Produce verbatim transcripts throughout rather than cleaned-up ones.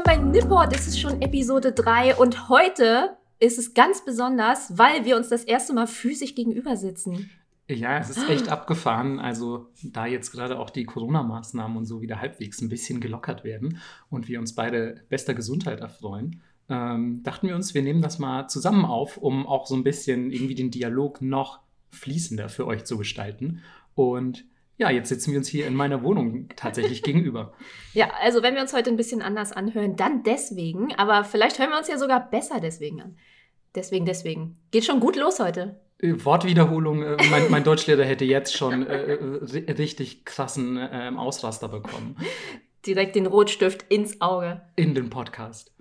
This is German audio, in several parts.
bei Nipport, das ist schon Episode drei und heute ist es ganz besonders, weil wir uns das erste Mal physisch gegenüber sitzen. Ja, es ist echt abgefahren. Also da jetzt gerade auch die Corona-Maßnahmen und so wieder halbwegs ein bisschen gelockert werden und wir uns beide bester Gesundheit erfreuen, ähm, dachten wir uns, wir nehmen das mal zusammen auf, um auch so ein bisschen irgendwie den Dialog noch fließender für euch zu gestalten. Und ja, jetzt sitzen wir uns hier in meiner Wohnung tatsächlich gegenüber. Ja, also wenn wir uns heute ein bisschen anders anhören, dann deswegen. Aber vielleicht hören wir uns ja sogar besser deswegen an. Deswegen, deswegen. Geht schon gut los heute. Wortwiederholung, äh, mein, mein Deutschlehrer hätte jetzt schon äh, r- richtig krassen äh, Ausraster bekommen. Direkt den Rotstift ins Auge. In den Podcast.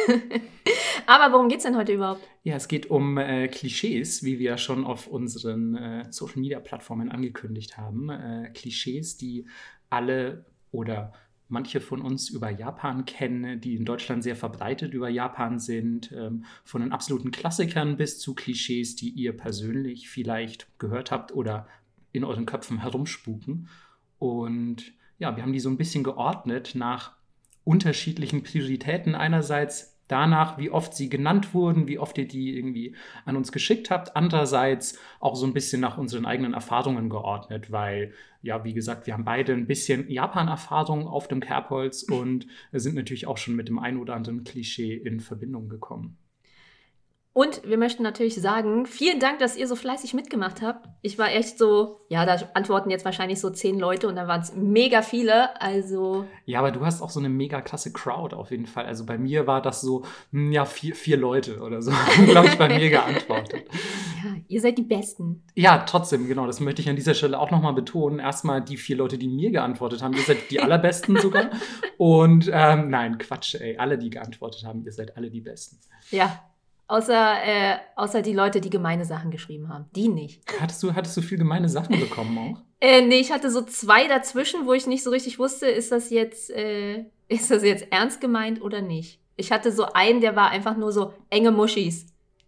Aber worum geht's denn heute überhaupt? Ja, es geht um äh, Klischees, wie wir ja schon auf unseren äh, Social-Media-Plattformen angekündigt haben. Äh, Klischees, die alle oder manche von uns über Japan kennen, die in Deutschland sehr verbreitet über Japan sind, ähm, von den absoluten Klassikern bis zu Klischees, die ihr persönlich vielleicht gehört habt oder in euren Köpfen herumspuken. Und ja, wir haben die so ein bisschen geordnet nach unterschiedlichen Prioritäten. Einerseits danach, wie oft sie genannt wurden, wie oft ihr die irgendwie an uns geschickt habt. Andererseits auch so ein bisschen nach unseren eigenen Erfahrungen geordnet, weil, ja, wie gesagt, wir haben beide ein bisschen Japan-Erfahrung auf dem Kerbholz und sind natürlich auch schon mit dem ein oder anderen Klischee in Verbindung gekommen. Und wir möchten natürlich sagen, vielen Dank, dass ihr so fleißig mitgemacht habt. Ich war echt so, ja, da antworten jetzt wahrscheinlich so zehn Leute und dann waren es mega viele, also... Ja, aber du hast auch so eine mega krasse Crowd auf jeden Fall. Also bei mir war das so, hm, ja, vier, vier Leute oder so, glaube ich, bei mir geantwortet. Ja, ihr seid die Besten. Ja, trotzdem, genau, das möchte ich an dieser Stelle auch nochmal betonen. Erstmal die vier Leute, die mir geantwortet haben, ihr seid die allerbesten sogar. Und ähm, nein, Quatsch, ey, alle, die geantwortet haben, ihr seid alle die Besten. Ja. Außer, äh, außer die Leute, die gemeine Sachen geschrieben haben. Die nicht. Hattest du, hattest du viel gemeine Sachen bekommen auch? Äh, nee, ich hatte so zwei dazwischen, wo ich nicht so richtig wusste, ist das jetzt, äh, ist das jetzt ernst gemeint oder nicht. Ich hatte so einen, der war einfach nur so enge Muschis.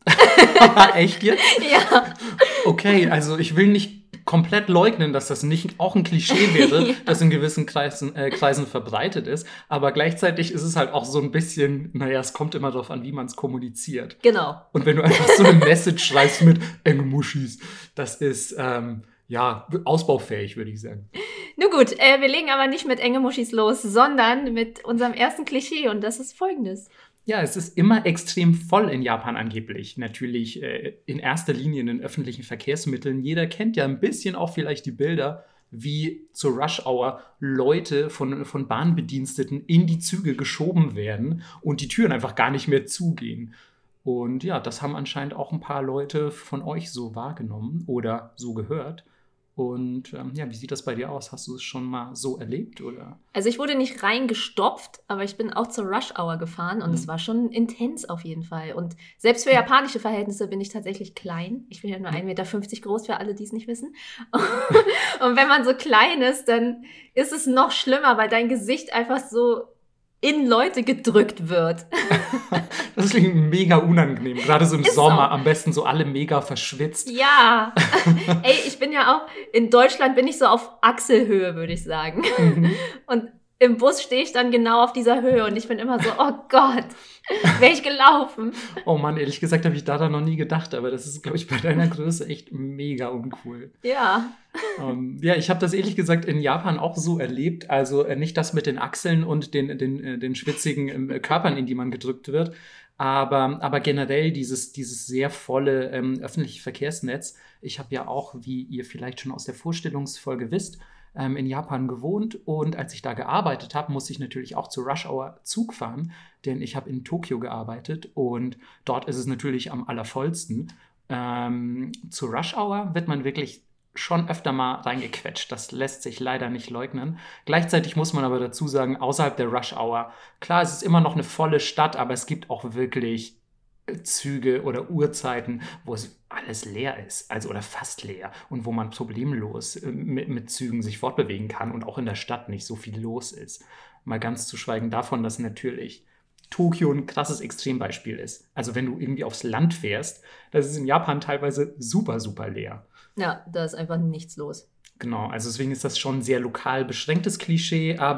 Echt jetzt? Ja. Okay, also ich will nicht komplett leugnen, dass das nicht auch ein Klischee wäre, ja. das in gewissen Kreisen, äh, Kreisen verbreitet ist. Aber gleichzeitig ist es halt auch so ein bisschen, naja, es kommt immer darauf an, wie man es kommuniziert. Genau. Und wenn du einfach so eine Message schreibst mit enge Muschis, das ist, ähm, ja, ausbaufähig, würde ich sagen. Nun gut, äh, wir legen aber nicht mit enge Muschis los, sondern mit unserem ersten Klischee und das ist folgendes. Ja, es ist immer extrem voll in Japan angeblich. Natürlich äh, in erster Linie in den öffentlichen Verkehrsmitteln. Jeder kennt ja ein bisschen auch vielleicht die Bilder, wie zur Rush-Hour Leute von, von Bahnbediensteten in die Züge geschoben werden und die Türen einfach gar nicht mehr zugehen. Und ja, das haben anscheinend auch ein paar Leute von euch so wahrgenommen oder so gehört. Und ähm, ja, wie sieht das bei dir aus? Hast du es schon mal so erlebt, oder? Also ich wurde nicht reingestopft, aber ich bin auch zur Rush Hour gefahren und mhm. es war schon intens auf jeden Fall. Und selbst für japanische Verhältnisse bin ich tatsächlich klein. Ich bin ja nur ein Meter fünfzig groß, für alle, die es nicht wissen. Und wenn man so klein ist, dann ist es noch schlimmer, weil dein Gesicht einfach so in Leute gedrückt wird. Das klingt mega unangenehm, gerade so im Ist Sommer, so. Am besten so alle mega verschwitzt. Ja, ey, ich bin ja auch, in Deutschland bin ich so auf Achselhöhe, würde ich sagen. Mhm. Und im Bus stehe ich dann genau auf dieser Höhe und ich bin immer so, oh Gott, wäre ich gelaufen. Oh Mann, ehrlich gesagt habe ich daran noch nie gedacht, aber das ist, glaube ich, bei deiner Größe echt mega uncool. Ja. Um, ja, ich habe das ehrlich gesagt in Japan auch so erlebt. Also äh, nicht das mit den Achseln und den, den, äh, den schwitzigen äh, Körpern, in die man gedrückt wird, aber, aber generell dieses, dieses sehr volle ähm, öffentliche Verkehrsnetz. Ich habe ja auch, wie ihr vielleicht schon aus der Vorstellungsfolge wisst, ähm, in Japan gewohnt und als ich da gearbeitet habe, musste ich natürlich auch zur Rush Hour Zug fahren, denn ich habe in Tokio gearbeitet und dort ist es natürlich am allervollsten. Ähm, zur Rush Hour wird man wirklich schon öfter mal reingequetscht. Das lässt sich leider nicht leugnen. Gleichzeitig muss man aber dazu sagen, außerhalb der Rush Hour, klar, es ist immer noch eine volle Stadt, aber es gibt auch wirklich Züge oder Uhrzeiten, wo es alles leer ist, also oder fast leer und wo man problemlos mit, mit Zügen sich fortbewegen kann und auch in der Stadt nicht so viel los ist. Mal ganz zu schweigen davon, dass natürlich Tokio ein krasses Extrembeispiel ist. Also wenn du irgendwie aufs Land fährst, das ist in Japan teilweise super, super leer. Ja, da ist einfach nichts los. Genau, also deswegen ist das schon ein sehr lokal beschränktes Klischee, aber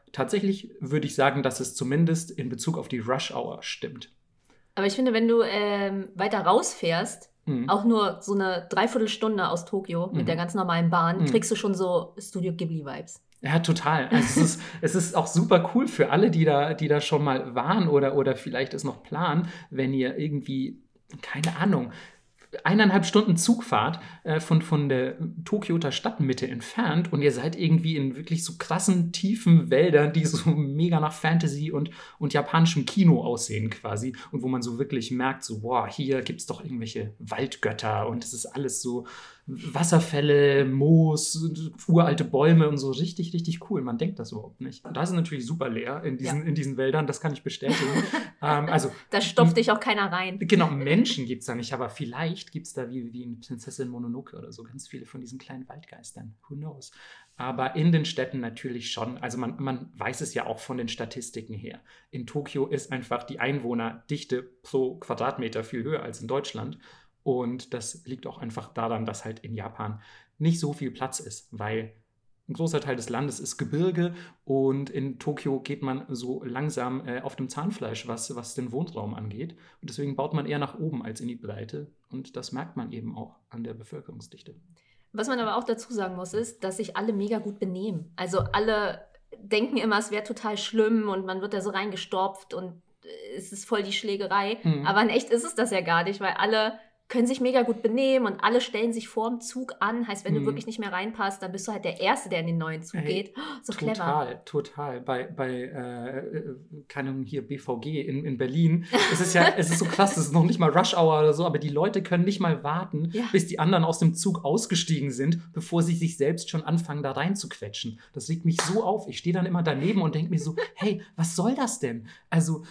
tatsächlich würde ich sagen, dass es zumindest in Bezug auf die Rush Hour stimmt. Aber ich finde, wenn du ähm, weiter rausfährst, mhm. auch nur so eine Dreiviertelstunde aus Tokio mhm. mit der ganz normalen Bahn, mhm. kriegst du schon so Studio Ghibli-Vibes. Ja, total. Also es, ist, es ist auch super cool für alle, die da, die da schon mal waren oder, oder vielleicht es noch planen, wenn ihr irgendwie, keine Ahnung, eineinhalb Stunden Zugfahrt äh, von, von der Tokioter Stadtmitte entfernt und ihr seid irgendwie in wirklich so krassen, tiefen Wäldern, die so mega nach Fantasy und, und japanischem Kino aussehen quasi und wo man so wirklich merkt, so, boah, hier gibt es doch irgendwelche Waldgötter und es ist alles so Wasserfälle, Moos, uralte Bäume und so richtig, richtig cool. Man denkt das überhaupt nicht. Und da ist es natürlich super leer in diesen, ja. in diesen Wäldern, das kann ich bestätigen. ähm, also, da stopft dich auch keiner rein. Genau, Menschen gibt es da nicht, aber vielleicht gibt es da wie, wie in Prinzessin Mononoke oder so ganz viele von diesen kleinen Waldgeistern. Who knows? Aber in den Städten natürlich schon. Also man, man weiß es ja auch von den Statistiken her. In Tokio ist einfach die Einwohnerdichte pro Quadratmeter viel höher als in Deutschland. Und das liegt auch einfach daran, dass halt in Japan nicht so viel Platz ist, weil ein großer Teil des Landes ist Gebirge und in Tokio geht man so langsam äh, auf dem Zahnfleisch, was, was den Wohnraum angeht. Und deswegen baut man eher nach oben als in die Breite. Und das merkt man eben auch an der Bevölkerungsdichte. Was man aber auch dazu sagen muss, ist, dass sich alle mega gut benehmen. Also alle denken immer, es wäre total schlimm und man wird da so reingestopft und es ist voll die Schlägerei. Mhm. Aber in echt ist es das ja gar nicht, weil alle können sich mega gut benehmen und alle stellen sich vorm Zug an. Heißt, wenn hm. du wirklich nicht mehr reinpasst, dann bist du halt der Erste, der in den neuen Zug hey, geht. So total, clever. Total, total. Bei, bei äh, keine Ahnung, hier B V G in, in Berlin, es ist ja, es ist so krass, es ist noch nicht mal Rush Hour oder so, aber die Leute können nicht mal warten, ja. bis die anderen aus dem Zug ausgestiegen sind, bevor sie sich selbst schon anfangen, da reinzuquetschen. Das regt mich so auf. Ich stehe dann immer daneben und denke mir so, hey, was soll das denn? Also,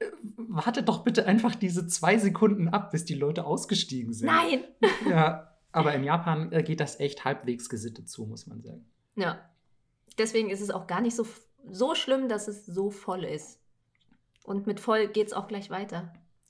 wartet doch bitte einfach diese zwei Sekunden ab, bis die Leute ausgestiegen sind. Nein! Ja, aber in Japan geht das echt halbwegs gesittet zu, muss man sagen. Ja, deswegen ist es auch gar nicht so, so schlimm, dass es so voll ist. Und mit voll geht es auch gleich weiter.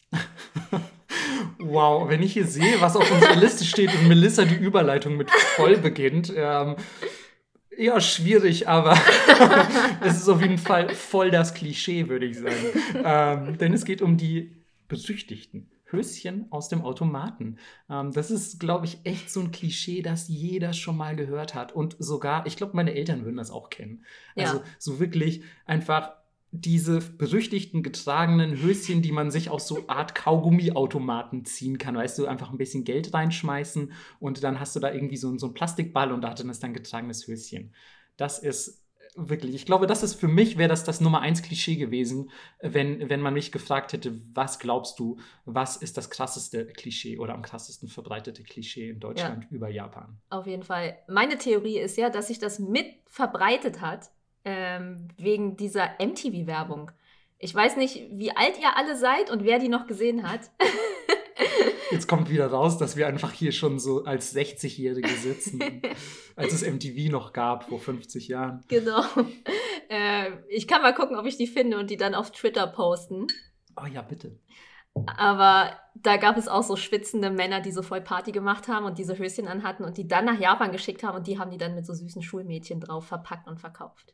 Wow, wenn ich hier sehe, was auf unserer Liste steht und Melissa die Überleitung mit voll beginnt, ähm, ja, schwierig, aber es ist auf jeden Fall voll das Klischee, würde ich sagen. Ähm, denn es geht um die berüchtigten Höschen aus dem Automaten. Ähm, das ist, glaube ich, echt so ein Klischee, das jeder schon mal gehört hat. Und sogar, ich glaube, meine Eltern würden das auch kennen. Ja. Also so wirklich einfach diese berüchtigten getragenen Höschen, die man sich aus so Art Kaugummiautomaten ziehen kann. Weißt du, einfach ein bisschen Geld reinschmeißen und dann hast du da irgendwie so, so einen Plastikball und da drin ist dann getragenes Höschen. Das ist wirklich, ich glaube, das ist für mich, wäre das das Nummer eins Klischee gewesen, wenn, wenn man mich gefragt hätte, was glaubst du, was ist das krasseste Klischee oder am krassesten verbreitete Klischee in Deutschland ja. über Japan? Auf jeden Fall. Meine Theorie ist ja, dass sich das mit verbreitet hat, Ähm, wegen dieser M T V-Werbung. Ich weiß nicht, wie alt ihr alle seid und wer die noch gesehen hat. Jetzt kommt wieder raus, dass wir einfach hier schon so als sechzigjährige sitzen, als es M T V noch gab vor fünfzig Jahren. Genau. Äh, ich kann mal gucken, ob ich die finde und die dann auf Twitter posten. Oh ja, bitte. Aber da gab es auch so schwitzende Männer, die so voll Party gemacht haben und diese Höschen anhatten und die dann nach Japan geschickt haben und die haben die dann mit so süßen Schulmädchen drauf verpackt und verkauft.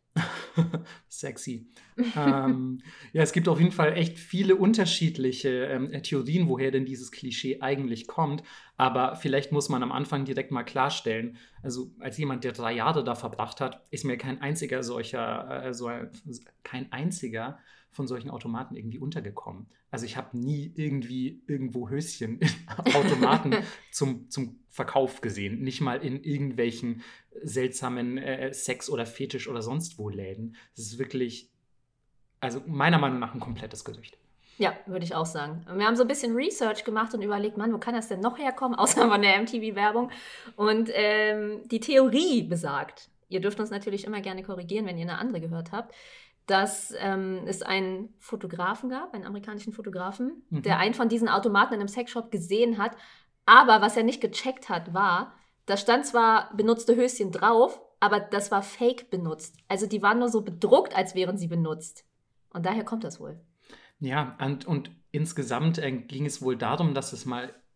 Sexy. ähm, ja, es gibt auf jeden Fall echt viele unterschiedliche ähm, Theorien, woher denn dieses Klischee eigentlich kommt. Aber vielleicht muss man am Anfang direkt mal klarstellen, also als jemand, der drei Jahre da verbracht hat, ist mir kein einziger solcher, äh, so ein, kein einziger von solchen Automaten irgendwie untergekommen. Also ich habe nie irgendwie irgendwo Höschen in Automaten zum, zum Verkauf gesehen. Nicht mal in irgendwelchen seltsamen äh, Sex- oder Fetisch- oder sonst wo Läden. Das ist wirklich, also meiner Meinung nach ein komplettes Gerücht. Ja, würde ich auch sagen. Wir haben so ein bisschen Research gemacht und überlegt, Mann, wo kann das denn noch herkommen, außer von der M T V-Werbung? Und ähm, die Theorie besagt, ihr dürft uns natürlich immer gerne korrigieren, wenn ihr eine andere gehört habt, dass ähm, es einen Fotografen gab, einen amerikanischen Fotografen, mhm. der einen von diesen Automaten in einem Sexshop gesehen hat. Aber was er nicht gecheckt hat, war, da stand zwar benutzte Höschen drauf, aber das war fake benutzt. Also die waren nur so bedruckt, als wären sie benutzt. Und daher kommt das wohl. Ja, und, und insgesamt äh, ging es wohl darum, dass es mal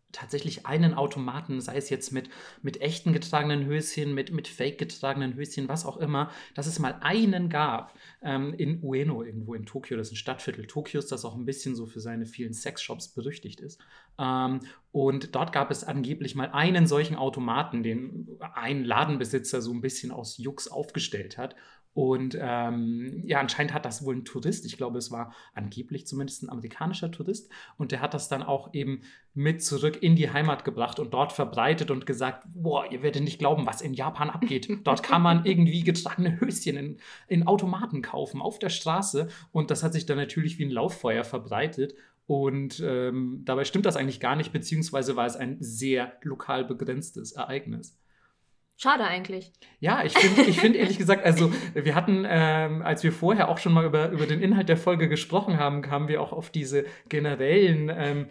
tatsächlich einen Automaten, sei es jetzt mit, mit echten getragenen Höschen, mit, mit fake getragenen Höschen, was auch immer, dass es mal einen gab ähm, in Ueno, irgendwo in Tokio, das ist ein Stadtviertel Tokios, das auch ein bisschen so für seine vielen Sexshops berüchtigt ist. Ähm, und dort gab es angeblich mal einen solchen Automaten, den ein Ladenbesitzer so ein bisschen aus Jux aufgestellt hat. Und ähm, ja, anscheinend hat das wohl ein Tourist, ich glaube, es war angeblich zumindest ein amerikanischer Tourist, und der hat das dann auch eben mit zurück in die Heimat gebracht und dort verbreitet und gesagt, boah, ihr werdet nicht glauben, was in Japan abgeht. Dort kann man irgendwie getragene Höschen in, in Automaten kaufen, auf der Straße. Und das hat sich dann natürlich wie ein Lauffeuer verbreitet. Und ähm, dabei stimmt das eigentlich gar nicht, beziehungsweise war es ein sehr lokal begrenztes Ereignis. Schade eigentlich. Ja, ich finde ich find ehrlich gesagt, also wir hatten, ähm, als wir vorher auch schon mal über, über den Inhalt der Folge gesprochen haben, kamen wir auch auf diese generellen, ähm,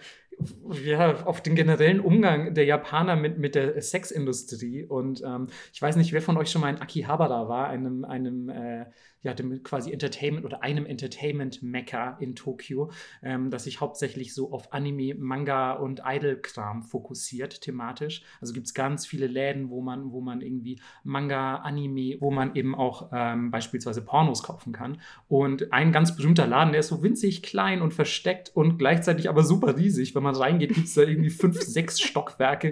ja, auf den generellen Umgang der Japaner mit, mit der Sexindustrie. Und ähm, ich weiß nicht, wer von euch schon mal in Akihabara war, einem, einem äh, ja, dem quasi Entertainment oder einem Entertainment-Mekka in Tokio, ähm, das sich hauptsächlich so auf Anime, Manga und Idol-Kram fokussiert, thematisch. Also gibt es ganz viele Läden, wo man, wo man irgendwie Manga, Anime, wo man eben auch ähm, beispielsweise Pornos kaufen kann. Und ein ganz berühmter Laden, der ist so winzig klein und versteckt und gleichzeitig aber super riesig. Wenn man reingeht, gibt es da irgendwie fünf, sechs Stockwerke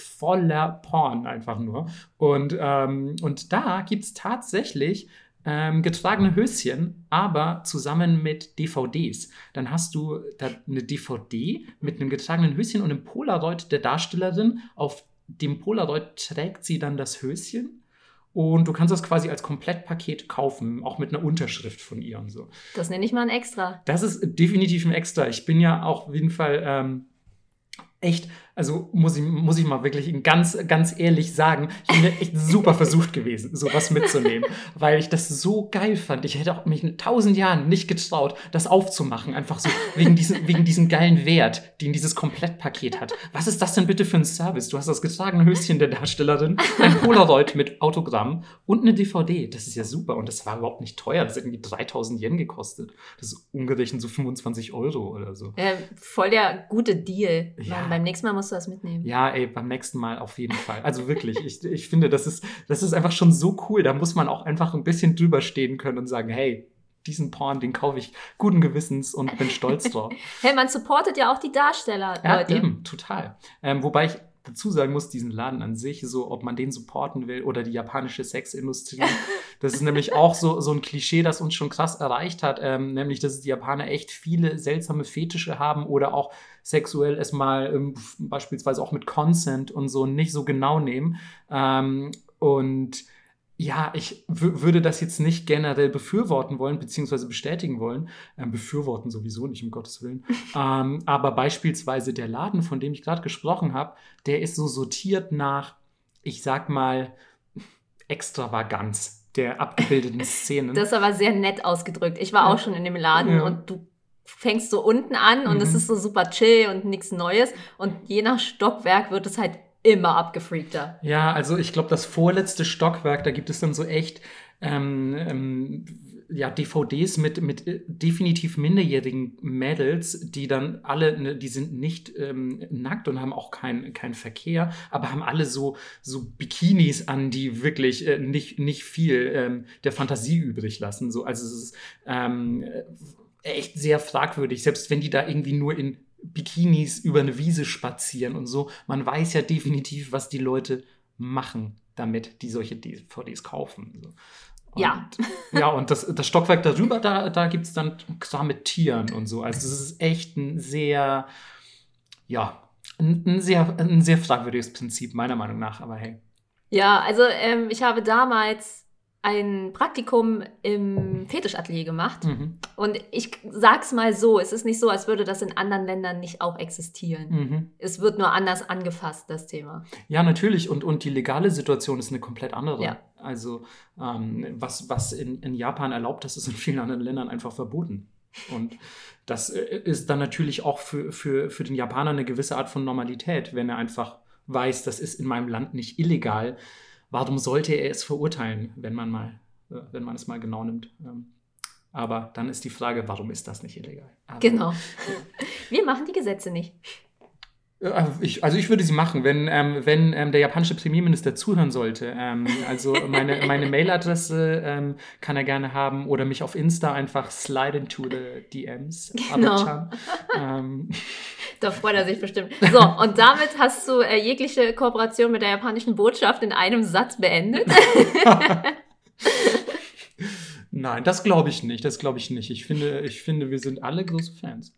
voller Porn einfach nur. Und, ähm, und da gibt es tatsächlich Ähm, getragene Höschen, aber zusammen mit D V Ds. Dann hast du da eine D V D mit einem getragenen Höschen und einem Polaroid der Darstellerin. Auf dem Polaroid trägt sie dann das Höschen und du kannst das quasi als Komplettpaket kaufen, auch mit einer Unterschrift von ihr und so. Das nenne ich mal ein Extra. Das ist definitiv ein Extra. Ich bin ja auch auf jeden Fall ähm, echt, also muss ich, muss ich mal wirklich ganz, ganz ehrlich sagen, ich bin ja echt super versucht gewesen, sowas mitzunehmen, weil ich das so geil fand. Ich hätte auch mich in tausend Jahren nicht getraut, das aufzumachen, einfach so wegen diesem, wegen diesem geilen Wert, den dieses Komplettpaket hat. Was ist das denn bitte für ein Service? Du hast das getragene Höschen der Darstellerin, ein Polaroid mit Autogramm und eine D V D. Das ist ja super und das war überhaupt nicht teuer. Das hat irgendwie dreitausend Yen gekostet. Das ist umgerechnet so fünfundzwanzig Euro oder so. Äh, voll der gute Deal. Ja. Mann, beim nächsten Mal musst du das mitnehmen. Ja, ey, beim nächsten Mal auf jeden Fall. Also wirklich, ich, ich finde, das ist, das ist einfach schon so cool. Da muss man auch einfach ein bisschen drüber stehen können und sagen, hey, diesen Porn, den kaufe ich guten Gewissens und bin stolz drauf. Hey, man supportet ja auch die Darsteller, Ja, Leute. eben, total. Ähm, wobei ich dazu sagen muss, diesen Laden an sich, so ob man den supporten will oder die japanische Sexindustrie, das ist nämlich auch so, so ein Klischee, das uns schon krass erreicht hat, ähm, nämlich, dass die Japaner echt viele seltsame Fetische haben oder auch sexuell es mal ähm, beispielsweise auch mit Consent und so nicht so genau nehmen. Ähm, und ja, ich w- würde das jetzt nicht generell befürworten wollen, beziehungsweise bestätigen wollen. Ähm, befürworten sowieso nicht, um Gottes Willen. ähm, aber beispielsweise der Laden, von dem ich gerade gesprochen habe, der ist so sortiert nach, ich sag mal, Extravaganz der abgebildeten Szenen. Das ist aber sehr nett ausgedrückt. Ich war Ja. auch schon in dem Laden Ja. und du fängst so unten an und Mhm. es ist so super chill und nichts Neues. Und je nach Stockwerk wird es halt immer abgefreakter. Ja, also ich glaube, das vorletzte Stockwerk, da gibt es dann so echt ähm, ähm, ja, D V Ds mit, mit äh, definitiv minderjährigen Mädels, die dann alle, ne, die sind nicht ähm, nackt und haben auch keinen kein Verkehr, aber haben alle so, so Bikinis an, die wirklich äh, nicht, nicht viel ähm, der Fantasie übrig lassen. So, also es ist ähm, echt sehr fragwürdig, selbst wenn die da irgendwie nur in Bikinis über eine Wiese spazieren und so. Man weiß ja definitiv, was die Leute machen, damit die solche D V Ds kaufen. So. Und, Ja. Ja, und das, das Stockwerk darüber, da, da gibt es dann Kram mit Tieren und so. Also es ist echt ein sehr, ja, ein, ein, sehr, ein sehr fragwürdiges Prinzip, meiner Meinung nach, aber hey. Ja, also ähm, ich habe damals ein Praktikum im Fetischatelier gemacht. Mhm. Und ich sag's mal so, es ist nicht so, als würde das in anderen Ländern nicht auch existieren. Mhm. Es wird nur anders angefasst, das Thema. Ja, natürlich. Und, und die legale Situation ist eine komplett andere. Ja. Also ähm, was, was in, in Japan erlaubt ist, ist in vielen anderen Ländern einfach verboten. Und das äh, ist dann natürlich auch für, für, für den Japaner eine gewisse Art von Normalität, wenn er einfach weiß, das ist in meinem Land nicht illegal. Warum sollte er es verurteilen, wenn man mal, äh, wenn man es mal genau nimmt? Ähm, aber dann ist die Frage, warum ist das nicht illegal? Aber, Genau. Wir machen die Gesetze nicht. Äh, Ich, also ich würde sie machen, wenn, ähm, wenn ähm, der japanische Premierminister zuhören sollte. Ähm, also meine, meine Mailadresse ähm, kann er gerne haben oder mich auf Insta einfach slide into the D Ms. Genau. Abe-chan. Ähm, Da freut er sich bestimmt. So, und damit hast du äh, jegliche Kooperation mit der japanischen Botschaft in einem Satz beendet. Nein, das glaube ich nicht. Das glaube ich nicht. Ich finde, ich finde, wir sind alle große Fans.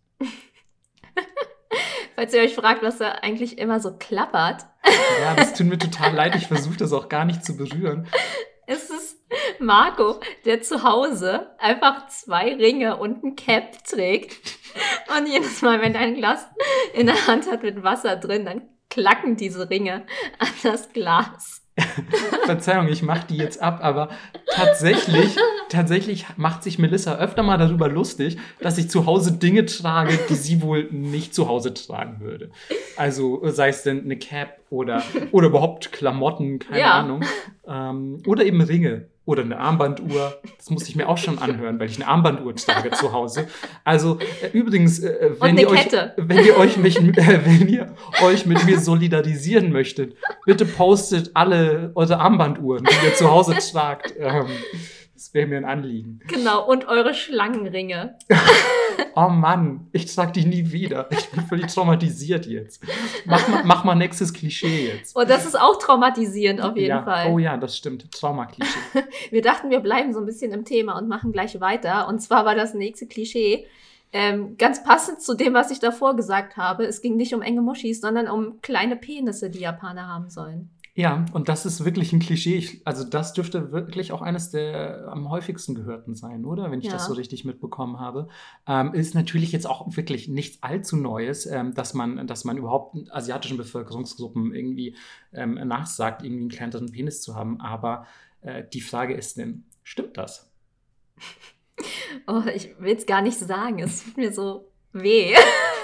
Falls ihr euch fragt, was da eigentlich immer so klappert, Ja, das tut mir total leid. Ich versuche das auch gar nicht zu berühren. ist es Marco, der zu Hause einfach zwei Ringe und ein Cap trägt. Und jedes Mal, wenn er ein Glas in der Hand hat mit Wasser drin, dann klacken diese Ringe an das Glas. Verzeihung, ich mache die jetzt ab, aber tatsächlich, tatsächlich macht sich Melissa öfter mal darüber lustig, dass ich zu Hause Dinge trage, die sie wohl nicht zu Hause tragen würde. Also sei es denn eine Cap oder, oder überhaupt Klamotten, keine Ja. Ahnung. Ähm, oder eben Ringe oder eine Armbanduhr. Das muss ich mir auch schon anhören, weil ich eine Armbanduhr trage zu Hause. Also äh, übrigens, äh, wenn, eine ihr euch, Kette. wenn, ihr euch mich, äh, wenn ihr euch mit mir solidarisieren möchtet, bitte postet alle eure Armbanduhren, die ihr zu Hause tragt. Ähm, das wäre mir ein Anliegen. Genau, und eure Schlangenringe. Oh Mann, ich trage die nie wieder. Ich bin völlig traumatisiert jetzt. Mach mal, mach mal nächstes Klischee jetzt. Und das ist auch traumatisierend auf jeden ja. Fall. Oh ja, das stimmt. Traumaklischee. Wir dachten, wir bleiben so ein bisschen im Thema und machen gleich weiter. Und zwar war das nächste Klischee ähm, ganz passend zu dem, was ich davor gesagt habe. Es ging nicht um enge Muschis, sondern um kleine Penisse, die Japaner haben sollen. Ja, und das ist wirklich ein Klischee. Ich, also das dürfte wirklich auch eines der am häufigsten gehörten sein, oder? Wenn ich Ja. das so richtig mitbekommen habe. Ähm, ist natürlich jetzt auch wirklich nichts allzu Neues, ähm, dass man, dass man überhaupt asiatischen Bevölkerungsgruppen irgendwie ähm, nachsagt, irgendwie einen kleineren Penis zu haben. Aber äh, die Frage ist denn, stimmt das? Oh, ich will es gar nicht sagen. Es tut mir so weh.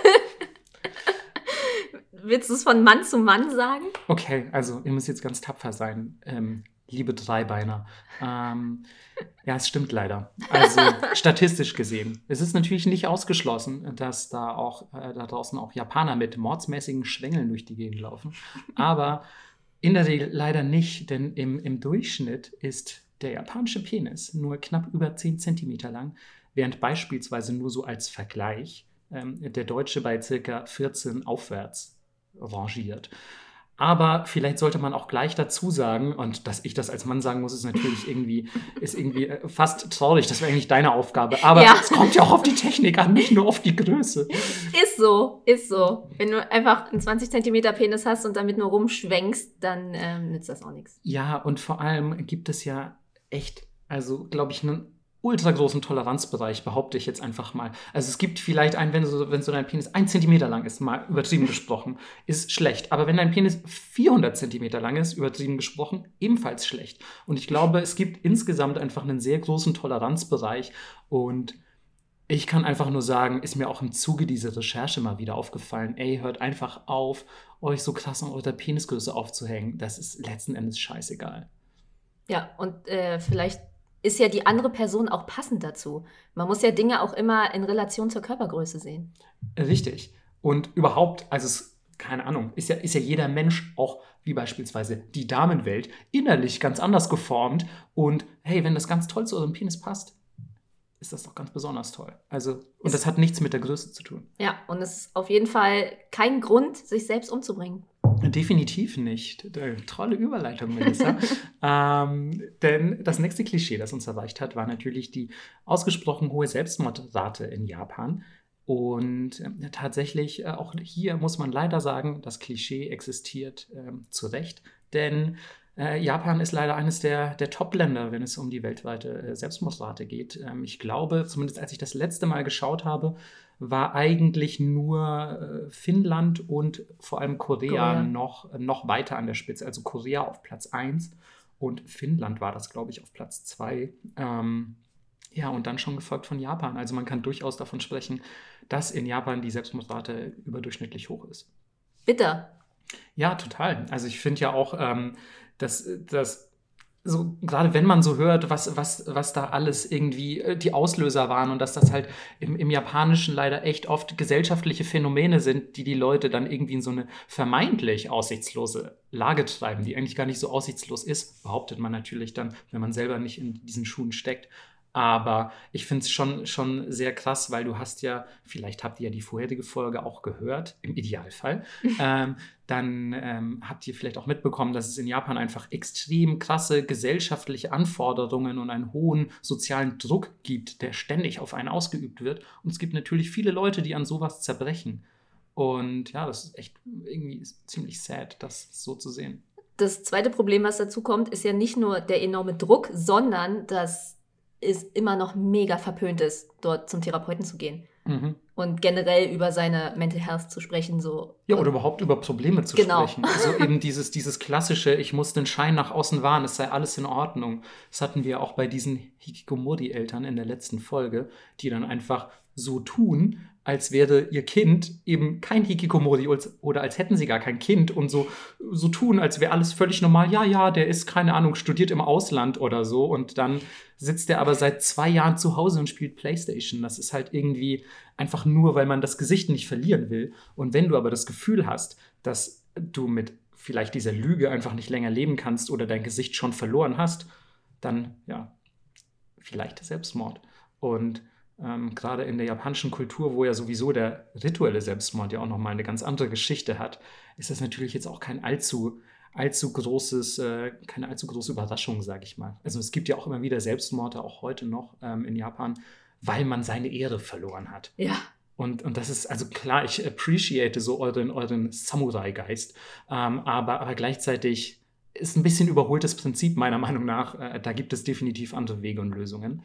Willst du es von Mann zu Mann sagen? Okay, also ihr müsst jetzt ganz tapfer sein, ähm, liebe Dreibeiner. Ähm, ja, es stimmt leider. Also statistisch gesehen. Es ist natürlich nicht ausgeschlossen, dass da auch äh, da draußen auch Japaner mit mordsmäßigen Schwängeln durch die Gegend laufen. Aber in der Regel leider nicht, denn im, im Durchschnitt ist der japanische Penis nur knapp über zehn Zentimeter lang, während beispielsweise nur so als Vergleich ähm, der deutsche bei circa vierzehn aufwärts rangiert. Aber vielleicht sollte man auch gleich dazu sagen, und dass ich das als Mann sagen muss, ist natürlich irgendwie, ist irgendwie äh, fast traurig. Das wäre eigentlich deine Aufgabe. Aber Ja. es kommt ja auch auf die Technik an, nicht nur auf die Größe. Ist so, ist so. Wenn du einfach einen zwanzig Zentimeter Penis hast und damit nur rumschwenkst, dann ähm, nützt das auch nichts. Ja, und vor allem gibt es ja echt, also glaube ich, einen ultra großen Toleranzbereich, behaupte ich jetzt einfach mal. Also es gibt vielleicht einen, wenn so, wenn so dein Penis ein Zentimeter lang ist, mal übertrieben gesprochen, ist schlecht. Aber wenn dein Penis vierhundert Zentimeter lang ist, übertrieben gesprochen, ebenfalls schlecht. Und ich glaube, es gibt insgesamt einfach einen sehr großen Toleranzbereich. Und ich kann einfach nur sagen, ist mir auch im Zuge dieser Recherche mal wieder aufgefallen, ey, hört einfach auf, euch so krass an eurer Penisgröße aufzuhängen. Das ist letzten Endes scheißegal. Ja, und äh, vielleicht ist ja die andere Person auch passend dazu. Man muss ja Dinge auch immer in Relation zur Körpergröße sehen. Richtig. Und überhaupt, also es, keine Ahnung, ist ja, ist ja jeder Mensch, auch wie beispielsweise die Damenwelt, innerlich ganz anders geformt. Und hey, wenn das ganz toll zu eurem Penis passt, ist das doch ganz besonders toll. Also, und das hat nichts mit der Größe zu tun. Ja, und es ist auf jeden Fall kein Grund, sich selbst umzubringen. Definitiv nicht. Äh, Tolle Überleitung, Melissa. ähm, denn das nächste Klischee, das uns erreicht hat, war natürlich die ausgesprochen hohe Selbstmordrate in Japan. Und äh, tatsächlich, äh, auch hier muss man leider sagen, das Klischee existiert äh, zu Recht. Denn äh, Japan ist leider eines der, der Top-Länder, wenn es um die weltweite äh, Selbstmordrate geht. Ähm, ich glaube, zumindest als ich das letzte Mal geschaut habe, war eigentlich nur äh, Finnland und vor allem Korea, Korea. Noch, noch weiter an der Spitze. Also Korea auf Platz eins und Finnland war das, glaube ich, auf Platz zwei. Ähm, ja, und dann schon gefolgt von Japan. Also man kann durchaus davon sprechen, dass in Japan die Selbstmordrate überdurchschnittlich hoch ist. Bitter. Ja, total. Also ich finde ja auch, ähm, dass, dass so, gerade wenn man so hört, was, was, was da alles irgendwie äh, die Auslöser waren und dass das halt im, im Japanischen leider echt oft gesellschaftliche Phänomene sind, die die Leute dann irgendwie in so eine vermeintlich aussichtslose Lage treiben, die eigentlich gar nicht so aussichtslos ist, behauptet man natürlich dann, wenn man selber nicht in diesen Schuhen steckt. Aber ich finde es schon, schon sehr krass, weil du hast ja, vielleicht habt ihr ja die vorherige Folge auch gehört, im Idealfall, ähm, dann ähm, habt ihr vielleicht auch mitbekommen, dass es in Japan einfach extrem krasse gesellschaftliche Anforderungen und einen hohen sozialen Druck gibt, der ständig auf einen ausgeübt wird. Und es gibt natürlich viele Leute, die an sowas zerbrechen. Und ja, das ist echt irgendwie ziemlich sad, das so zu sehen. Das zweite Problem, was dazu kommt, ist ja nicht nur der enorme Druck, sondern dass es immer noch mega verpönt ist, dort zum Therapeuten zu gehen. Mhm. Und generell über seine Mental Health zu sprechen. So. Ja, oder überhaupt über Probleme zu Genau. sprechen. Also eben dieses, dieses klassische, ich muss den Schein nach außen wahren, es sei alles in Ordnung. Das hatten wir auch bei diesen Hikikomori-Eltern in der letzten Folge, die dann einfach so tun, als wäre ihr Kind eben kein Hikikomori oder als hätten sie gar kein Kind und so, so tun, als wäre alles völlig normal. Ja, ja, der ist, keine Ahnung, studiert im Ausland oder so und dann sitzt er aber seit zwei Jahren zu Hause und spielt Playstation. Das ist halt irgendwie einfach nur, weil man das Gesicht nicht verlieren will. Und wenn du aber das Gefühl hast, dass du mit vielleicht dieser Lüge einfach nicht länger leben kannst oder dein Gesicht schon verloren hast, dann, ja, vielleicht Selbstmord. Und Ähm, gerade in der japanischen Kultur, wo ja sowieso der rituelle Selbstmord ja auch nochmal eine ganz andere Geschichte hat, ist das natürlich jetzt auch kein allzu, allzu großes, äh, keine allzu große Überraschung, sage ich mal. Also es gibt ja auch immer wieder Selbstmorde, auch heute noch ähm, in Japan, weil man seine Ehre verloren hat. Ja. Und, und das ist, also klar, ich appreciate so euren, euren Samurai-Geist, ähm, aber, aber gleichzeitig ist ein bisschen überholtes Prinzip meiner Meinung nach. Äh, da gibt es definitiv andere Wege und Lösungen.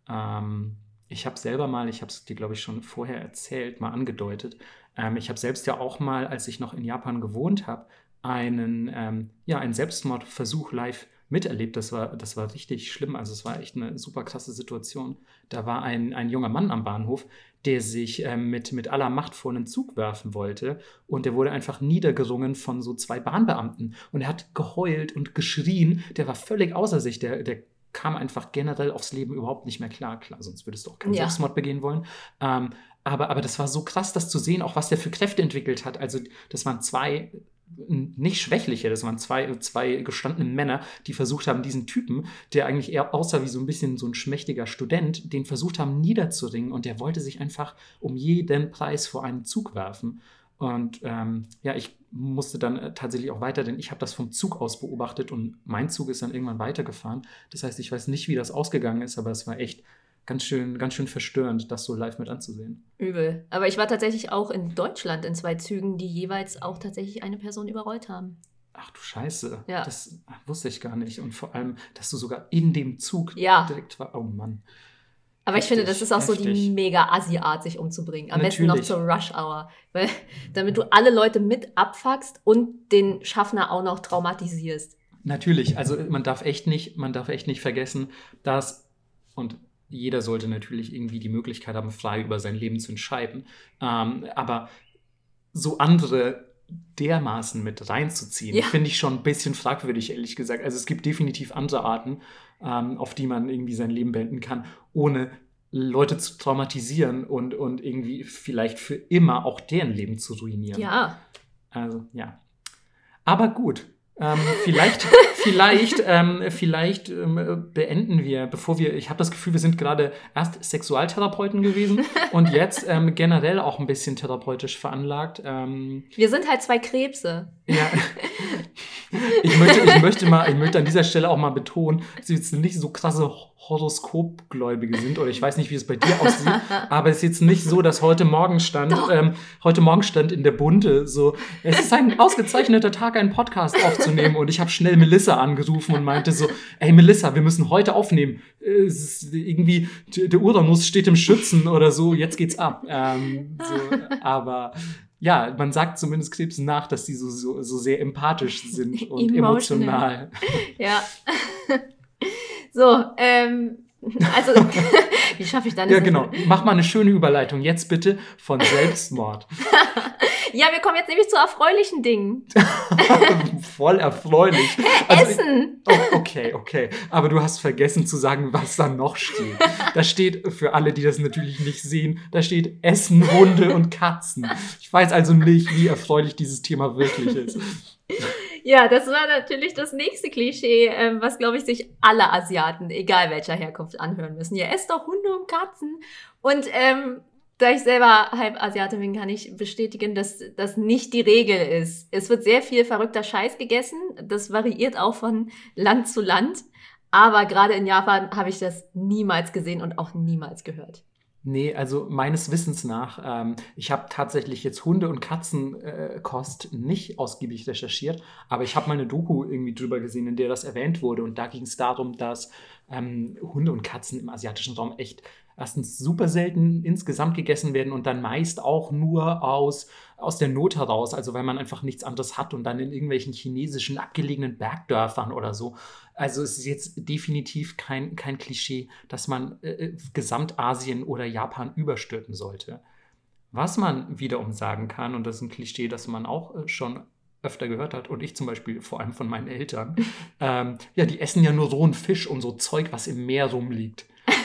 Ähm, Ich habe selber mal, ich habe es dir, glaube ich, schon vorher erzählt, mal angedeutet, ähm, ich habe selbst ja auch mal, als ich noch in Japan gewohnt habe, einen, ähm, ja, einen Selbstmordversuch live miterlebt. Das war, das war richtig schlimm, also es war echt eine super krasse Situation. Da war ein, ein junger Mann am Bahnhof, der sich ähm, mit, mit aller Macht vor einen Zug werfen wollte und der wurde einfach niedergerungen von so zwei Bahnbeamten und er hat geheult und geschrien, der war völlig außer sich, der, der kam einfach generell aufs Leben überhaupt nicht mehr klar. Klar, sonst würdest du auch keinen Ja. Selbstmord begehen wollen. Ähm, aber, aber das war so krass, das zu sehen, auch was der für Kräfte entwickelt hat. Also das waren zwei, nicht schwächliche, das waren zwei, zwei gestandene Männer, die versucht haben, diesen Typen, der eigentlich eher aussah wie so ein bisschen so ein schmächtiger Student, den versucht haben niederzuringen und der wollte sich einfach um jeden Preis vor einen Zug werfen. Und ähm, ja, ich musste dann äh, tatsächlich auch weiter, denn ich habe das vom Zug aus beobachtet und mein Zug ist dann irgendwann weitergefahren. Das heißt, ich weiß nicht, wie das ausgegangen ist, aber es war echt ganz schön, ganz schön verstörend, das so live mit anzusehen. Übel. Aber ich war tatsächlich auch in Deutschland in zwei Zügen, die jeweils auch tatsächlich eine Person überrollt haben. Ach du Scheiße, Ja. das wusste ich gar nicht. Und vor allem, dass du sogar in dem Zug Ja. direkt war. Oh Mann. Aber ich Heftig, finde, das ist auch so die heftig. mega Assi-Art, sich umzubringen. Am besten noch Natürlich. zur Rush-Hour. Weil, damit du alle Leute mit abfuckst und den Schaffner auch noch traumatisierst. Natürlich, also man darf echt nicht, man darf echt nicht vergessen, dass, und jeder sollte natürlich irgendwie die Möglichkeit haben, frei über sein Leben zu entscheiden, ähm, aber so andere dermaßen mit reinzuziehen, Ja. finde ich schon ein bisschen fragwürdig, ehrlich gesagt. Also es gibt definitiv andere Arten, ähm, auf die man irgendwie sein Leben beenden kann, ohne Leute zu traumatisieren und, und irgendwie vielleicht für immer auch deren Leben zu ruinieren. Ja. Also, ja. Aber gut. Ähm, vielleicht, vielleicht, ähm, vielleicht ähm, beenden wir, bevor wir, ich habe das Gefühl, wir sind gerade erst Sexualtherapeuten gewesen und jetzt ähm, generell auch ein bisschen therapeutisch veranlagt. Ähm, Wir sind halt zwei Krebse. ja. Ich möchte, ich, möchte mal, ich möchte an dieser Stelle auch mal betonen, dass wir jetzt nicht so krasse Horoskopgläubige sind, oder ich weiß nicht, wie es bei dir aussieht, aber es ist jetzt nicht so, dass heute Morgen stand, ähm, heute Morgen stand in der Bunte so, es ist ein ausgezeichneter Tag, einen Podcast aufzunehmen und ich habe schnell Melissa angerufen und meinte so, ey Melissa, wir müssen heute aufnehmen, es ist irgendwie, der Uranus steht im Schützen oder so, jetzt geht's ab. Ähm, so, aber ja, man sagt zumindest Krebsen nach, dass die so, so, so sehr empathisch sind und Emotional. emotional. Ja. So, ähm, also, wie schaffe ich dann Ja, genau. Mach mal eine schöne Überleitung. Jetzt bitte von Selbstmord. Ja, wir kommen jetzt nämlich zu erfreulichen Dingen. Voll erfreulich. Also, Essen! Ich, oh, okay, okay. Aber du hast vergessen zu sagen, was da noch steht. Da steht, für alle, die das natürlich nicht sehen, da steht Essen, Hunde und Katzen. Ich weiß also nicht, wie erfreulich dieses Thema wirklich ist. Ja, das war natürlich das nächste Klischee, ähm, was, glaube ich, sich alle Asiaten, egal welcher Herkunft, anhören müssen. Ihr esst doch Hunde und Katzen. Und ähm, da ich selber halb Asiatin bin, kann ich bestätigen, dass das nicht die Regel ist. Es wird sehr viel verrückter Scheiß gegessen. Das variiert auch von Land zu Land. Aber gerade in Japan habe ich das niemals gesehen und auch niemals gehört. Nee, also meines Wissens nach, ähm, ich habe tatsächlich jetzt Hunde- und Katzenkost äh, nicht ausgiebig recherchiert, aber ich habe mal eine Doku irgendwie drüber gesehen, in der das erwähnt wurde. Und da ging es darum, dass ähm, Hunde und Katzen im asiatischen Raum echt erstens super selten insgesamt gegessen werden und dann meist auch nur aus, aus der Not heraus, also weil man einfach nichts anderes hat und dann in irgendwelchen chinesischen abgelegenen Bergdörfern oder so. Also es ist jetzt definitiv kein, kein Klischee, dass man äh, Gesamtasien oder Japan überstülpen sollte. Was man wiederum sagen kann, und das ist ein Klischee, das man auch äh, schon öfter gehört hat, und ich zum Beispiel vor allem von meinen Eltern, ähm, ja, die essen ja nur rohen Fisch und so Zeug, was im Meer rumliegt.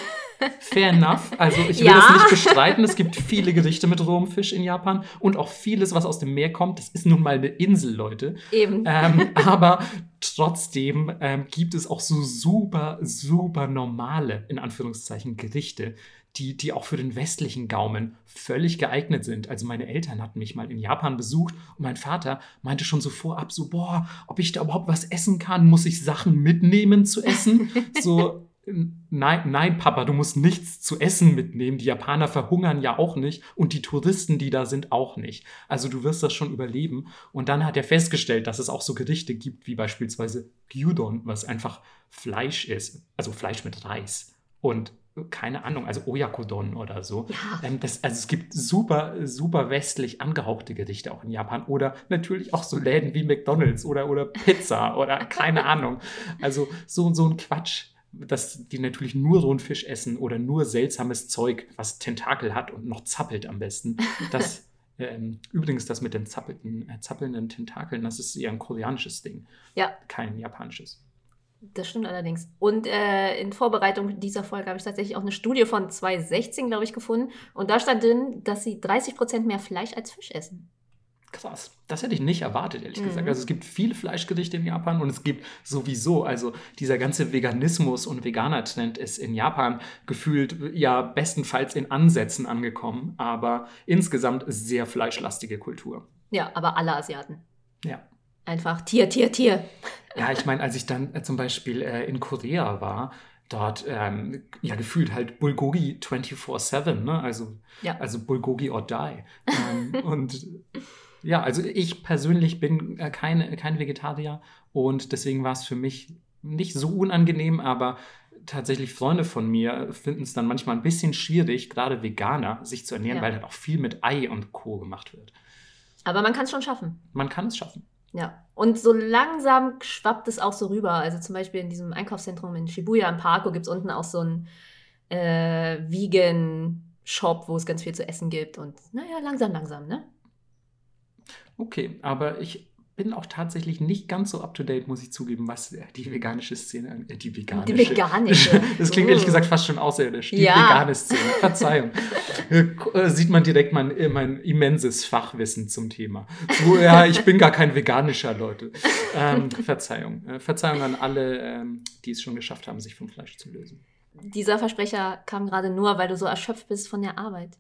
Fair enough. Also ich will ja. das nicht bestreiten. Es gibt viele Gerichte mit rohem Fisch in Japan und auch vieles, was aus dem Meer kommt. Das ist nun mal eine Insel, Leute. Eben. Ähm, aber trotzdem ähm, gibt es auch so super, super normale, in Anführungszeichen, Gerichte, die, die auch für den westlichen Gaumen völlig geeignet sind. Also meine Eltern hatten mich mal in Japan besucht und mein Vater meinte schon so vorab so, boah, ob ich da überhaupt was essen kann? Muss ich Sachen mitnehmen zu essen? So, Nein, nein, Papa, du musst nichts zu essen mitnehmen. Die Japaner verhungern ja auch nicht und die Touristen, die da sind, auch nicht. Also du wirst das schon überleben. Und dann hat er festgestellt, dass es auch so Gerichte gibt, wie beispielsweise Gyudon, was einfach Fleisch ist, also Fleisch mit Reis. Und keine Ahnung, also Oyakodon oder so. Ja. Ähm, das, also es gibt super, super westlich angehauchte Gerichte auch in Japan. Oder natürlich auch so Läden wie McDonald's oder, oder Pizza oder keine Ahnung. Also so, so ein Quatsch, dass die natürlich nur rohen Fisch essen oder nur seltsames Zeug, was Tentakel hat und noch zappelt am besten. Das, ähm, übrigens, das mit den zappelnden, äh, zappelnden Tentakeln, das ist eher ein koreanisches Ding. Ja. Kein japanisches. Das stimmt allerdings. Und äh, in Vorbereitung dieser Folge habe ich tatsächlich auch eine Studie von zwanzig sechzehn, glaube ich, gefunden. Und da stand drin, dass sie dreißig Prozent mehr Fleisch als Fisch essen. Krass. Das hätte ich nicht erwartet, ehrlich Mhm. gesagt. Also es gibt viele Fleischgerichte in Japan und es gibt sowieso, also dieser ganze Veganismus- und Veganer-Trend ist in Japan gefühlt ja bestenfalls in Ansätzen angekommen, aber insgesamt sehr fleischlastige Kultur. Ja, aber alle Asiaten. Ja. Einfach Tier, Tier, Tier. Ja, ich meine, als ich dann äh, zum Beispiel äh, in Korea war, dort ähm, ja gefühlt halt Bulgogi vierundzwanzig sieben, ne? Also, Ja. also Bulgogi or die. ähm, und ja, also ich persönlich bin äh, kein, kein Vegetarier und deswegen war es für mich nicht so unangenehm, aber tatsächlich Freunde von mir finden es dann manchmal ein bisschen schwierig, gerade Veganer, sich zu ernähren, Ja. weil dann auch viel mit Ei und Co. gemacht wird. Aber man kann es schon schaffen. Man kann es schaffen. Ja. Und so langsam schwappt es auch so rüber. Also zum Beispiel in diesem Einkaufszentrum in Shibuya im Parko gibt es unten auch so einen äh, Vegan-Shop, wo es ganz viel zu essen gibt. Und naja, langsam, langsam, ne? Okay, aber ich bin auch tatsächlich nicht ganz so up-to-date, muss ich zugeben, was die veganische Szene angeht. Äh, die veganische. Die veganische. Das klingt ehrlich Uh. gesagt fast schon außerirdisch. Die Ja. vegane Szene. Verzeihung. Äh, Sieht man direkt mein, äh, mein immenses Fachwissen zum Thema. So, ja, ich bin gar kein veganischer, Leute. Ähm, Verzeihung. Äh, Verzeihung an alle, ähm, die es schon geschafft haben, sich vom Fleisch zu lösen. Dieser Versprecher kam gerade nur, weil du so erschöpft bist von der Arbeit.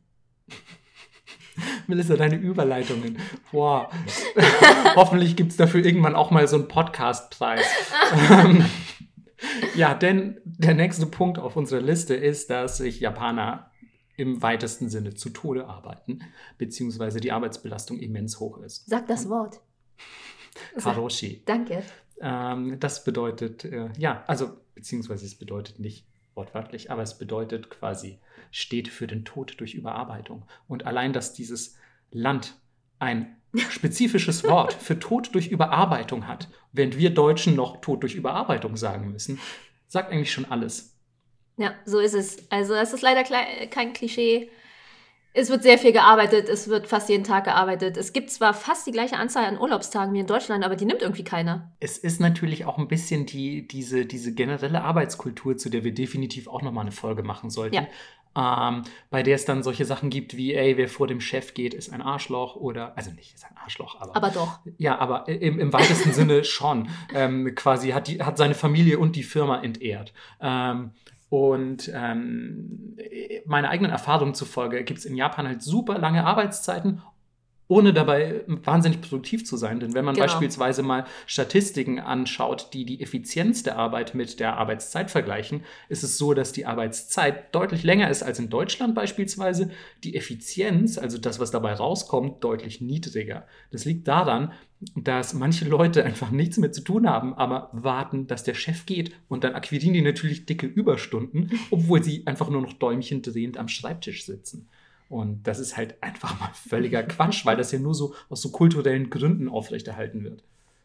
Melissa, deine Überleitungen. Boah. Hoffentlich gibt es dafür irgendwann auch mal so einen Podcast-Preis. ähm, ja, denn der nächste Punkt auf unserer Liste ist, dass sich Japaner im weitesten Sinne zu Tode arbeiten, beziehungsweise die Arbeitsbelastung immens hoch ist. Sag das Wort. Karoshi. Danke. Ähm, das bedeutet, äh, ja, also, beziehungsweise es bedeutet nicht wortwörtlich, aber es bedeutet quasi, steht für den Tod durch Überarbeitung. Und allein, dass dieses Land ein spezifisches Wort für Tod durch Überarbeitung hat, während wir Deutschen noch Tod durch Überarbeitung sagen müssen, sagt eigentlich schon alles. Ja, so ist es. Also es ist leider klei- kein Klischee. Es wird sehr viel gearbeitet, es wird fast jeden Tag gearbeitet. Es gibt zwar fast die gleiche Anzahl an Urlaubstagen wie in Deutschland, aber die nimmt irgendwie keiner. Es ist natürlich auch ein bisschen die, diese, diese generelle Arbeitskultur, zu der wir definitiv auch nochmal eine Folge machen sollten. Ja. Ähm, bei der es dann solche Sachen gibt wie, ey, wer vor dem Chef geht, ist ein Arschloch oder, also nicht ist ein Arschloch, aber... Aber doch. Ja, aber im, im weitesten Sinne schon. Ähm, quasi hat, die, hat seine Familie und die Firma entehrt. Ähm, und ähm, meiner eigenen Erfahrung zufolge gibt es in Japan halt super lange Arbeitszeiten, ohne dabei wahnsinnig produktiv zu sein. Denn wenn man Genau. beispielsweise mal Statistiken anschaut, die die Effizienz der Arbeit mit der Arbeitszeit vergleichen, ist es so, dass die Arbeitszeit deutlich länger ist als in Deutschland beispielsweise. Die Effizienz, also das, was dabei rauskommt, deutlich niedriger. Das liegt daran, dass manche Leute einfach nichts mehr zu tun haben, aber warten, dass der Chef geht. Und dann akquirieren die natürlich dicke Überstunden, obwohl sie einfach nur noch Däumchen drehend am Schreibtisch sitzen. Und das ist halt einfach mal völliger Quatsch, weil das ja nur so aus so kulturellen Gründen aufrechterhalten wird.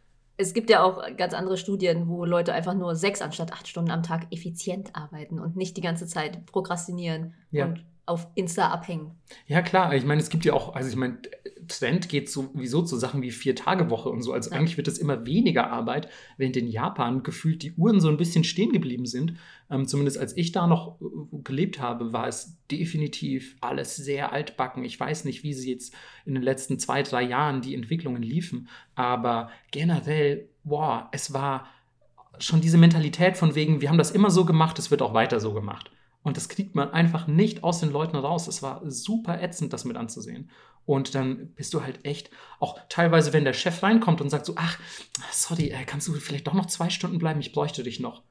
Es gibt ja auch ganz andere Studien, wo Leute einfach nur sechs anstatt acht Stunden am Tag effizient arbeiten und nicht die ganze Zeit prokrastinieren Ja. und auf Insta abhängen. Ja, klar. Ich meine, es gibt ja auch, also ich meine, Trend geht sowieso zu Sachen wie Vier-Tage-Woche und so. Also Ja. eigentlich wird es immer weniger Arbeit, während in Japan gefühlt die Uhren so ein bisschen stehen geblieben sind. Ähm, zumindest als ich da noch äh, gelebt habe, war es definitiv alles sehr altbacken. Ich weiß nicht, wie sie jetzt in den letzten zwei, drei Jahren die Entwicklungen liefen, aber generell, boah, es war schon diese Mentalität von wegen, wir haben das immer so gemacht, es wird auch weiter so gemacht. Und das kriegt man einfach nicht aus den Leuten raus. Es war super ätzend, das mit anzusehen. Und dann bist du halt echt, auch teilweise, wenn der Chef reinkommt und sagt so, ach, sorry, kannst du vielleicht doch noch zwei Stunden bleiben? Ich bräuchte dich noch.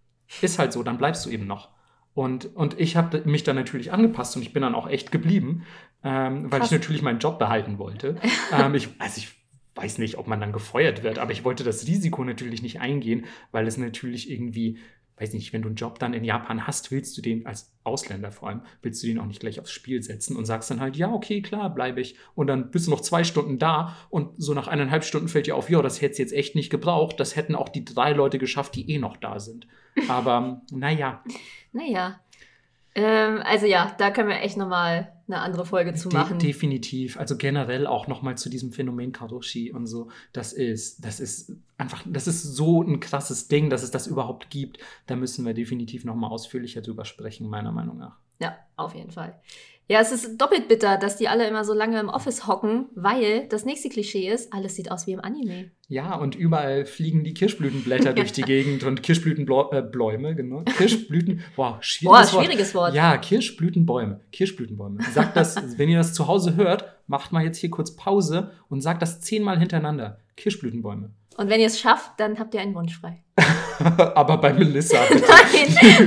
Ist halt so, dann bleibst du eben noch. Und, und ich habe mich dann natürlich angepasst und ich bin dann auch echt geblieben, ähm, weil Krass. ich natürlich meinen Job behalten wollte. ähm, ich, also ich weiß nicht, ob man dann gefeuert wird, aber ich wollte das Risiko natürlich nicht eingehen, weil es natürlich irgendwie, weiß nicht, wenn du einen Job dann in Japan hast, willst du den, als Ausländer vor allem, willst du den auch nicht gleich aufs Spiel setzen und sagst dann halt, ja, okay, klar, bleibe ich. Und dann bist du noch zwei Stunden da und so nach eineinhalb Stunden fällt dir auf, ja, das hätte es jetzt echt nicht gebraucht. Das hätten auch die drei Leute geschafft, die eh noch da sind. Aber naja. Naja. Ähm, also ja, da können wir echt nochmal eine andere Folge zu machen. De- definitiv. Also generell auch nochmal zu diesem Phänomen Karoshi und so. Das ist, das ist einfach, das ist so ein krasses Ding, dass es das überhaupt gibt. Da müssen wir definitiv nochmal ausführlicher drüber sprechen, meiner Meinung nach. Ja, auf jeden Fall. Ja, es ist doppelt bitter, dass die alle immer so lange im Office hocken, weil das nächste Klischee ist, alles sieht aus wie im Anime. Ja, und überall fliegen die Kirschblütenblätter durch die Gegend und Kirschblütenbäume, genau. Kirschblüten, wow, schwieriges Boah, Wort. schwieriges Wort. Ja, Kirschblütenbäume, Kirschblütenbäume. Sagt das, wenn ihr das zu Hause hört, macht mal jetzt hier kurz Pause und sagt das zehnmal hintereinander. Kirschblütenbäume. Und wenn ihr es schafft, dann habt ihr einen Wunsch frei. Aber bei Melissa, bitte. Nein!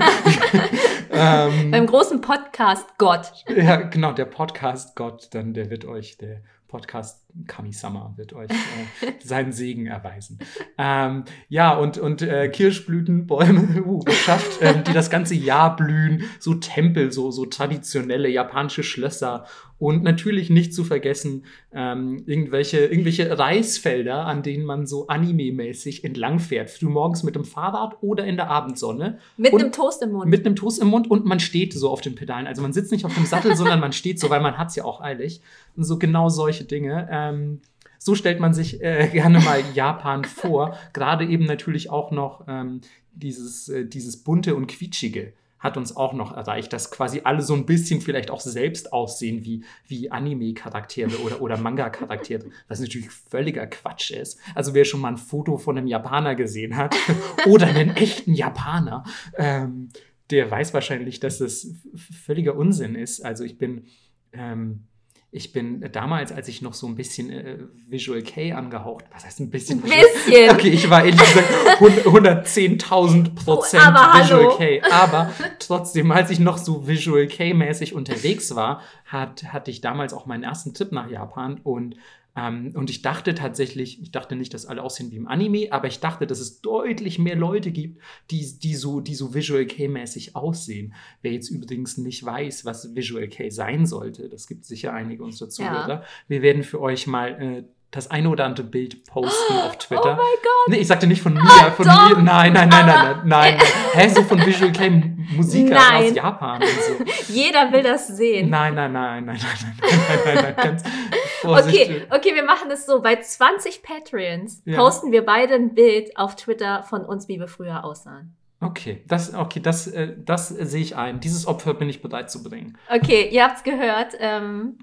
ähm, Beim großen Podcast Gott. Ja, genau, der Podcast-Gott, dann der wird euch, der Podcast Kami-sama wird euch äh, seinen Segen erweisen. Ähm, ja, und, und äh, Kirschblütenbäume, uh, geschafft, ähm, die das ganze Jahr blühen, so Tempel, so, so traditionelle japanische Schlösser und natürlich nicht zu vergessen ähm, irgendwelche, irgendwelche Reisfelder, an denen man so anime-mäßig entlangfährt, frühmorgens mit dem Fahrrad oder in der Abendsonne. Mit und einem Toast im Mund. Mit einem Toast im Mund und man steht so auf den Pedalen. Also man sitzt nicht auf dem Sattel, sondern man steht so, weil man hat es ja auch eilig. Und so genau solche Dinge. Ähm, so stellt man sich äh, gerne mal Japan vor. Gerade eben natürlich auch noch ähm, dieses, äh, dieses Bunte und Quietschige hat uns auch noch erreicht, dass quasi alle so ein bisschen vielleicht auch selbst aussehen wie, wie Anime-Charaktere oder, oder Manga-Charaktere, was natürlich völliger Quatsch ist. Also wer schon mal ein Foto von einem Japaner gesehen hat oder einen echten Japaner, ähm, der weiß wahrscheinlich, dass das völliger Unsinn ist. Also ich bin... Ähm, Ich bin damals, als ich noch so ein bisschen äh, Visual K angehaucht, was heißt ein bisschen? Ein bisschen. Okay, ich war ehrlich gesagt hundertzehntausend Prozent oh, aber Visual hallo. K. Aber trotzdem, als ich noch so Visual K-mäßig unterwegs war, hat, hatte ich damals auch meinen ersten Trip nach Japan und Ähm, und ich dachte tatsächlich, ich dachte nicht, dass alle aussehen wie im Anime, aber ich dachte, dass es deutlich mehr Leute gibt, die, die, so, die so Visual K-mäßig aussehen. Wer jetzt übrigens nicht weiß, was Visual K sein sollte, das gibt sicher einige unserer Zuhörer. Ja. Wir werden für euch mal äh, das eine oder andere Bild posten auf Twitter. Oh mein Gott. Nee, ich sagte nicht von mir, Ah, von doch. mir. Nein, nein, nein, nein, nein, nein. Hä, so von Visual Kei Musiker Nein. aus Japan und so. Jeder will das sehen. Nein, nein, nein, nein, nein, nein, nein, nein, nein, ganz vorsichtig. Okay, okay, wir machen es so. Bei zwanzig Patreons Ja. posten wir beide ein Bild auf Twitter von uns, wie wir früher aussahen. Okay, das, okay, das, äh, das sehe ich ein. Dieses Opfer bin ich bereit zu bringen. Okay, ihr habt's gehört. Ähm,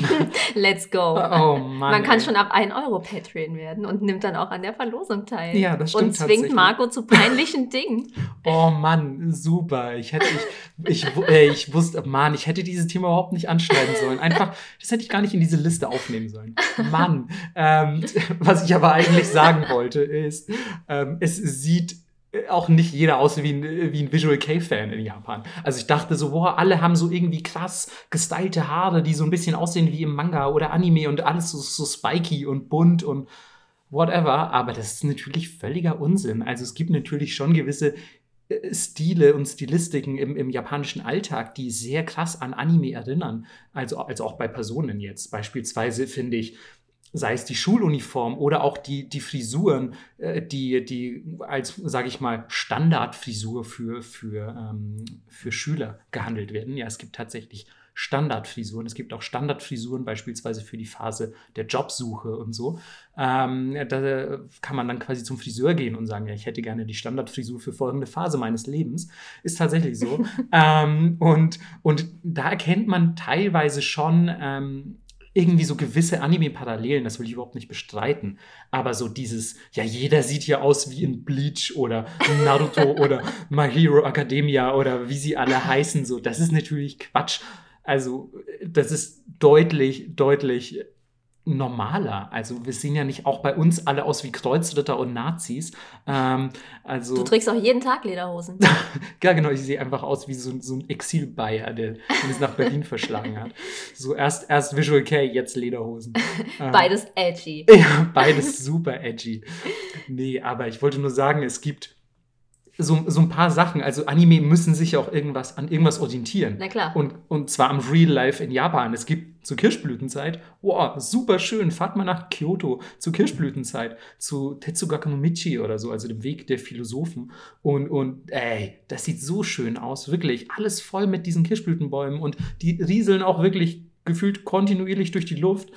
let's go. Oh Mann. Man kann ey. schon ab ein Euro Patreon werden und nimmt dann auch an der Verlosung teil. Ja, das stimmt Und zwingt tatsächlich. Marco zu peinlichen Dingen. Oh Mann, super. Ich hätte, ich, ich, äh, ich wusste, Mann, ich hätte dieses Thema überhaupt nicht anschneiden sollen. Einfach, das hätte ich gar nicht in diese Liste aufnehmen sollen. Mann. Ähm, was ich aber eigentlich sagen wollte, ist, ähm, es sieht auch nicht jeder aus wie ein, wie ein Visual Kei-Fan in Japan. Also ich dachte so, boah, alle haben so irgendwie krass gestylte Haare, die so ein bisschen aussehen wie im Manga oder Anime und alles so, so spiky und bunt und whatever. Aber das ist natürlich völliger Unsinn. Also es gibt natürlich schon gewisse äh, Stile und Stilistiken im, im japanischen Alltag, die sehr krass an Anime erinnern. Also, also auch bei Personen jetzt. Beispielsweise finde ich, sei es die Schuluniform oder auch die, die Frisuren, äh, die, die als, sage ich mal, Standardfrisur für, für, ähm, für Schüler gehandelt werden. Ja, es gibt tatsächlich Standardfrisuren. Es gibt auch Standardfrisuren beispielsweise für die Phase der Jobsuche und so. Ähm, da kann man dann quasi zum Friseur gehen und sagen, ja, ich hätte gerne die Standardfrisur für folgende Phase meines Lebens. Ist tatsächlich so. ähm, und, und da erkennt man teilweise schon ähm, irgendwie so gewisse Anime-Parallelen, das will ich überhaupt nicht bestreiten. Aber so dieses, ja, jeder sieht hier aus wie in Bleach oder Naruto oder My Hero Academia oder wie sie alle heißen, so, das ist natürlich Quatsch. Also, das ist deutlich, deutlich normaler. Also, wir sehen ja nicht auch bei uns alle aus wie Kreuzritter und Nazis. Ähm, also, Du trägst auch jeden Tag Lederhosen. ja, genau, ich sehe einfach aus wie so, so ein Exil-Bayer, der den es nach Berlin verschlagen hat. So erst, erst Visual Kei, jetzt Lederhosen. Ähm, Beides edgy. ja, beides super edgy. Nee, aber ich wollte nur sagen, es gibt so, so ein paar Sachen. Also Anime müssen sich ja auch irgendwas an irgendwas orientieren. Na klar. Und, und zwar am Real Life in Japan. Es gibt zur Kirschblütenzeit, wow, super schön, fahrt mal nach Kyoto zur Kirschblütenzeit, zu Tetsugaka no Michi oder so, also dem Weg der Philosophen. Und, und ey, das sieht so schön aus, wirklich. Alles voll mit diesen Kirschblütenbäumen und die rieseln auch wirklich gefühlt kontinuierlich durch die Luft.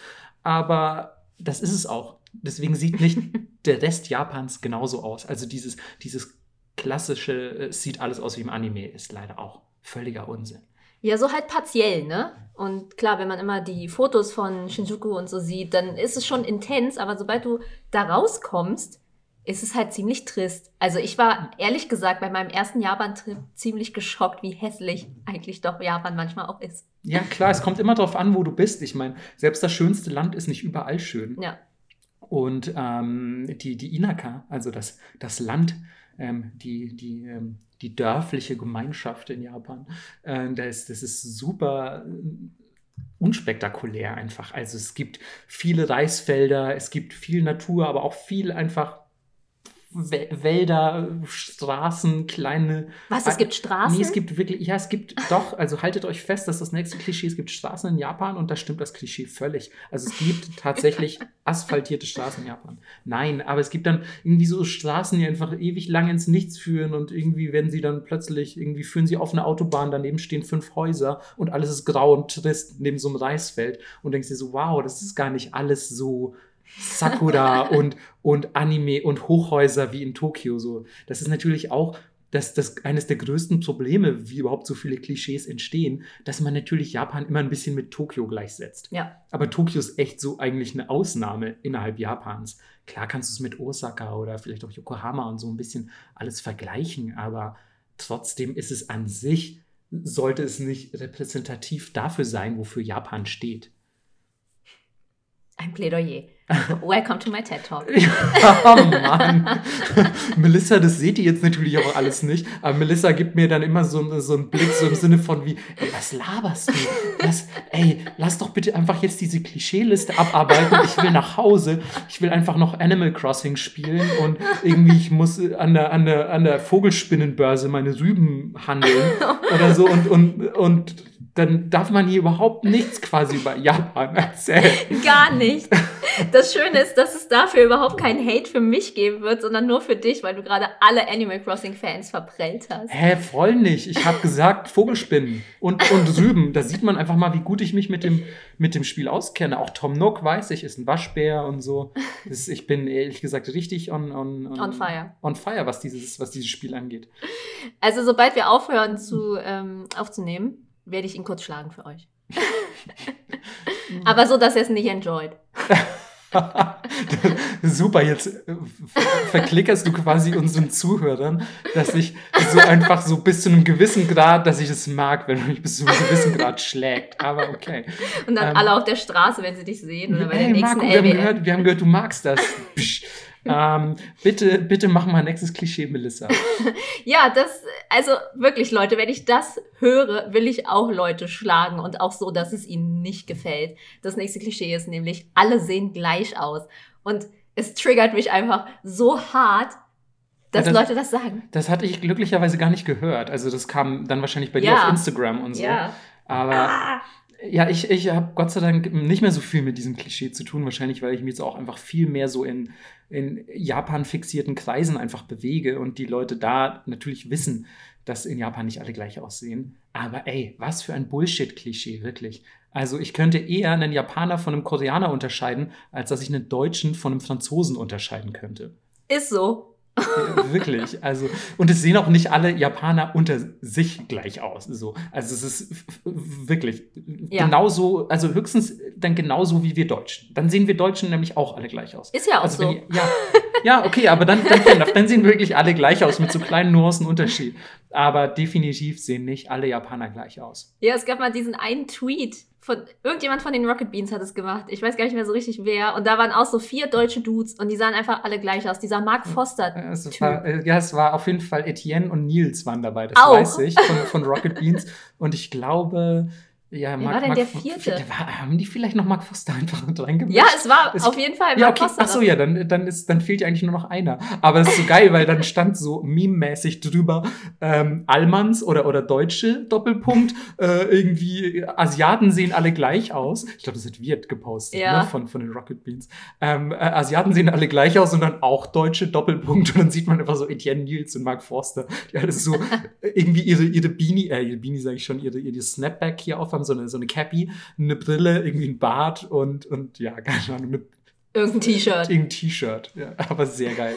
Aber das ist es auch. Deswegen sieht nicht der Rest Japans genauso aus. Also dieses, dieses klassische, äh, sieht alles aus wie im Anime, ist leider auch völliger Unsinn. Ja, so halt partiell, ne? Und klar, wenn man immer die Fotos von Shinjuku und so sieht, dann ist es schon intens, aber sobald du da rauskommst, ist es halt ziemlich trist. Also ich war ehrlich gesagt bei meinem ersten Japan-Trip ziemlich geschockt, wie hässlich eigentlich doch Japan manchmal auch ist. Ja, klar, es kommt immer darauf an, wo du bist. Ich meine, selbst das schönste Land ist nicht überall schön. Ja. Und ähm, die, die Inaka, also das, das Land, ähm, die, die, ähm, die dörfliche Gemeinschaft in Japan, äh, das, das ist super äh, unspektakulär einfach. Also es gibt viele Reisfelder, es gibt viel Natur, aber auch viel einfach Wälder, Straßen, kleine... Was, es gibt Straßen? Nee, es gibt wirklich, ja, es gibt doch, also haltet euch fest, das ist das nächste Klischee, es gibt Straßen in Japan und da stimmt das Klischee völlig. Also es gibt tatsächlich asphaltierte Straßen in Japan. Nein, aber es gibt dann irgendwie so Straßen, die einfach ewig lang ins Nichts führen und irgendwie, wenn sie dann plötzlich, irgendwie führen sie auf eine Autobahn, daneben stehen fünf Häuser und alles ist grau und trist neben so einem Reisfeld und denkst dir so, wow, das ist gar nicht alles so Sakura und, und Anime und Hochhäuser wie in Tokio. So. Das ist natürlich auch das, das eines der größten Probleme, wie überhaupt so viele Klischees entstehen, dass man natürlich Japan immer ein bisschen mit Tokio gleichsetzt. Ja. Aber Tokio ist echt so eigentlich eine Ausnahme innerhalb Japans. Klar kannst du es mit Osaka oder vielleicht auch Yokohama und so ein bisschen alles vergleichen, aber trotzdem ist es an sich, sollte es nicht repräsentativ dafür sein, wofür Japan steht. Ein Plädoyer. Welcome to my TED Talk. Oh Mann. Melissa, das seht ihr jetzt natürlich auch alles nicht, aber Melissa gibt mir dann immer so, so einen Blick so im Sinne von wie, ey, was laberst du? Lass, ey, lass doch bitte einfach jetzt diese Klischeeliste abarbeiten. Ich will nach Hause. Ich will einfach noch Animal Crossing spielen und irgendwie ich muss an der, an der, an der Vogelspinnenbörse meine Rüben handeln oder so und, und, und dann darf man hier überhaupt nichts quasi über Japan erzählen. Gar nicht. Das Schöne ist, dass es dafür überhaupt keinen Hate für mich geben wird, sondern nur für dich, weil du gerade alle Animal Crossing-Fans verprellt hast. Hä, voll nicht. Ich habe gesagt Vogelspinnen und, und Rüben. Da sieht man einfach mal, wie gut ich mich mit dem, mit dem Spiel auskenne. Auch Tom Nook, weiß ich, ist ein Waschbär und so. Das, ich bin ehrlich gesagt richtig on, on, on, On fire. On fire, was dieses, was dieses Spiel angeht. Also sobald wir aufhören zu, ähm, aufzunehmen, werde ich ihn kurz schlagen für euch. Aber so, dass er es nicht enjoyt. Super, jetzt äh, verklickerst du quasi unseren Zuhörern, dass ich so einfach so bis zu einem gewissen Grad, dass ich es mag, wenn man mich bis zu einem gewissen Grad schlägt. Aber okay. Und dann ähm, alle auf der Straße, wenn sie dich sehen oder bei ey, der nächsten Marco, wir haben, L W L. gehört, wir haben gehört, du magst das. Psch. ähm, bitte, bitte mach mal nächstes Klischee, Melissa. Ja, das, also wirklich, Leute, wenn ich das höre, will ich auch Leute schlagen und auch so, dass es ihnen nicht gefällt. Das nächste Klischee ist nämlich, alle sehen gleich aus. Und es triggert mich einfach so hart, dass ja, das, Leute das sagen. Das hatte ich glücklicherweise gar nicht gehört. Also das kam dann wahrscheinlich bei ja. dir auf Instagram und so. Ja. Aber ah. ja, ich, ich habe Gott sei Dank nicht mehr so viel mit diesem Klischee zu tun. Wahrscheinlich, weil ich mich jetzt auch einfach viel mehr so in, in Japan-fixierten Kreisen einfach bewege und die Leute da natürlich wissen, dass in Japan nicht alle gleich aussehen. Aber ey, was für ein Bullshit-Klischee, wirklich. Also ich könnte eher einen Japaner von einem Koreaner unterscheiden, als dass ich einen Deutschen von einem Franzosen unterscheiden könnte. Ist so. Ja, wirklich. Also, und es sehen auch nicht alle Japaner unter sich gleich aus. So. Also es ist f- f- wirklich ja. genauso, also höchstens dann genauso wie wir Deutschen. Dann sehen wir Deutschen nämlich auch alle gleich aus. Ist ja auch also so. Ich, ja, ja, okay, aber dann, dann, dann sehen wir wirklich alle gleich aus mit so kleinen Nuancenunterschied. Aber definitiv sehen nicht alle Japaner gleich aus. Ja, es gab mal diesen einen Tweet von irgendjemand von den Rocket Beans hat es gemacht. Ich weiß gar nicht mehr so richtig wer. Und da waren auch so vier deutsche Dudes und die sahen einfach alle gleich aus. Dieser Mark Foster. Es war, ja, es war auf jeden Fall Etienne und Nils waren dabei. Das auch. Weiß ich von, von Rocket Beans. Und ich glaube, ja, wer Mark, war denn Mark, der vierte? War, haben die vielleicht noch Mark Foster einfach mit reingemischt? Ja, es war es, auf jeden Fall Mark ja, okay. Foster. Achso, ja, dann, dann, ist, dann fehlt ja eigentlich nur noch einer. Aber es ist so geil, weil dann stand so meme-mäßig drüber ähm, Allmanns oder, oder Deutsche, Doppelpunkt. Äh, irgendwie Asiaten sehen alle gleich aus. Ich glaube, das hat Wirt gepostet, ja. ne, von, von den Rocket Beans. Ähm, äh, Asiaten sehen alle gleich aus und dann auch Deutsche, Doppelpunkt. Und dann sieht man einfach so Etienne Nils und Mark Foster, die alle so irgendwie ihre, ihre Beanie, äh, ihre Beanie sage ich schon, ihre, ihre Snapback hier aufhaben, so eine, so eine Cappy, eine Brille, irgendwie ein Bart und, und ja, keine Ahnung. Eine, irgendein T-Shirt. Irgendein T-Shirt, ja, aber sehr geil.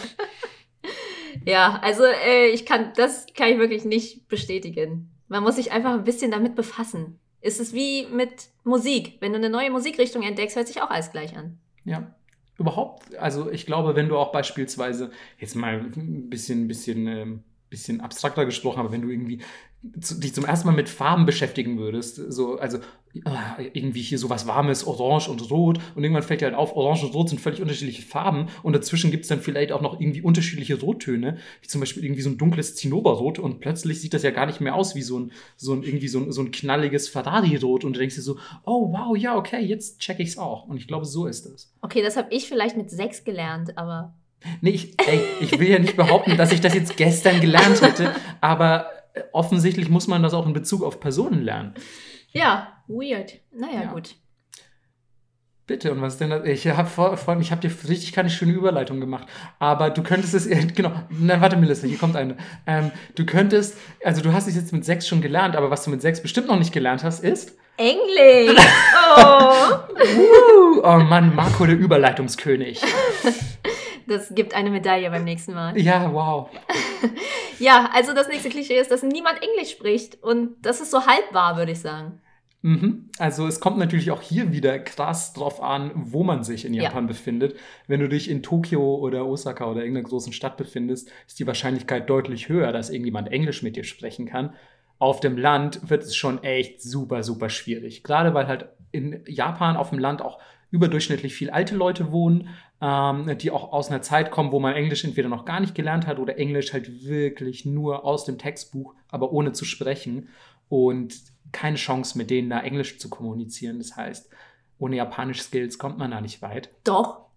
Ja, also äh, ich kann, das kann ich wirklich nicht bestätigen. Man muss sich einfach ein bisschen damit befassen. Es ist wie mit Musik. Wenn du eine neue Musikrichtung entdeckst, hört sich auch alles gleich an. Ja, überhaupt. Also ich glaube, wenn du auch beispielsweise, jetzt mal ein bisschen, bisschen, ähm, bisschen abstrakter gesprochen, aber wenn du irgendwie zu, dich zum ersten Mal mit Farben beschäftigen würdest, so, also äh, irgendwie hier so was Warmes, Orange und Rot, und irgendwann fällt dir halt auf, Orange und Rot sind völlig unterschiedliche Farben und dazwischen gibt es dann vielleicht auch noch irgendwie unterschiedliche Rottöne, wie zum Beispiel irgendwie so ein dunkles Zinnoberrot, und plötzlich sieht das ja gar nicht mehr aus wie so ein, so ein irgendwie so ein, so ein knalliges Ferrari-Rot, und du denkst dir so, oh wow, ja, okay, jetzt check ich's auch, und ich glaube, so ist das. Okay, das habe ich vielleicht mit sechs gelernt, aber Nee, ich, ey, ich will ja nicht behaupten, dass ich das jetzt gestern gelernt hätte, aber offensichtlich muss man das auch in Bezug auf Personen lernen. Ja, weird. Naja, ja. gut. Bitte, und was ist denn das? Ich habe vor, vor allem, ich habe dir richtig keine schöne Überleitung gemacht, aber du könntest es, genau, nein, warte Melissa, hier kommt eine. Ähm, du könntest, also du hast es jetzt mit sechs schon gelernt, aber was du mit sechs bestimmt noch nicht gelernt hast, ist? Englisch! Oh! uh, oh Mann, Marco, der Überleitungskönig. Das gibt eine Medaille beim nächsten Mal. Ja, wow. Ja, also das nächste Klischee ist, dass niemand Englisch spricht. Und das ist so halb wahr, würde ich sagen. Mhm. Also es kommt natürlich auch hier wieder krass drauf an, wo man sich in Japan ja. befindet. Wenn du dich in Tokio oder Osaka oder irgendeiner großen Stadt befindest, ist die Wahrscheinlichkeit deutlich höher, dass irgendjemand Englisch mit dir sprechen kann. Auf dem Land wird es schon echt super, super schwierig. Gerade weil halt in Japan auf dem Land auch überdurchschnittlich viel alte Leute wohnen, ähm, die auch aus einer Zeit kommen, wo man Englisch entweder noch gar nicht gelernt hat oder Englisch halt wirklich nur aus dem Textbuch, aber ohne zu sprechen, und keine Chance, mit denen da Englisch zu kommunizieren. Das heißt, ohne Japanisch-Skills kommt man da nicht weit. Doch.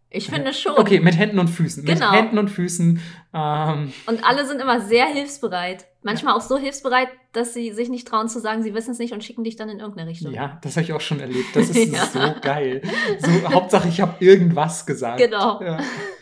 Ich finde schon. Okay, mit Händen und Füßen. Genau. Mit Händen und Füßen. Ähm, Und alle sind immer sehr hilfsbereit. Manchmal auch so hilfsbereit, dass sie sich nicht trauen zu sagen, sie wissen es nicht und schicken dich dann in irgendeine Richtung. ja, das habe ich auch schon erlebt. Das ist Ja. so geil. So, Hauptsache, ich habe irgendwas gesagt. Genau. Ja.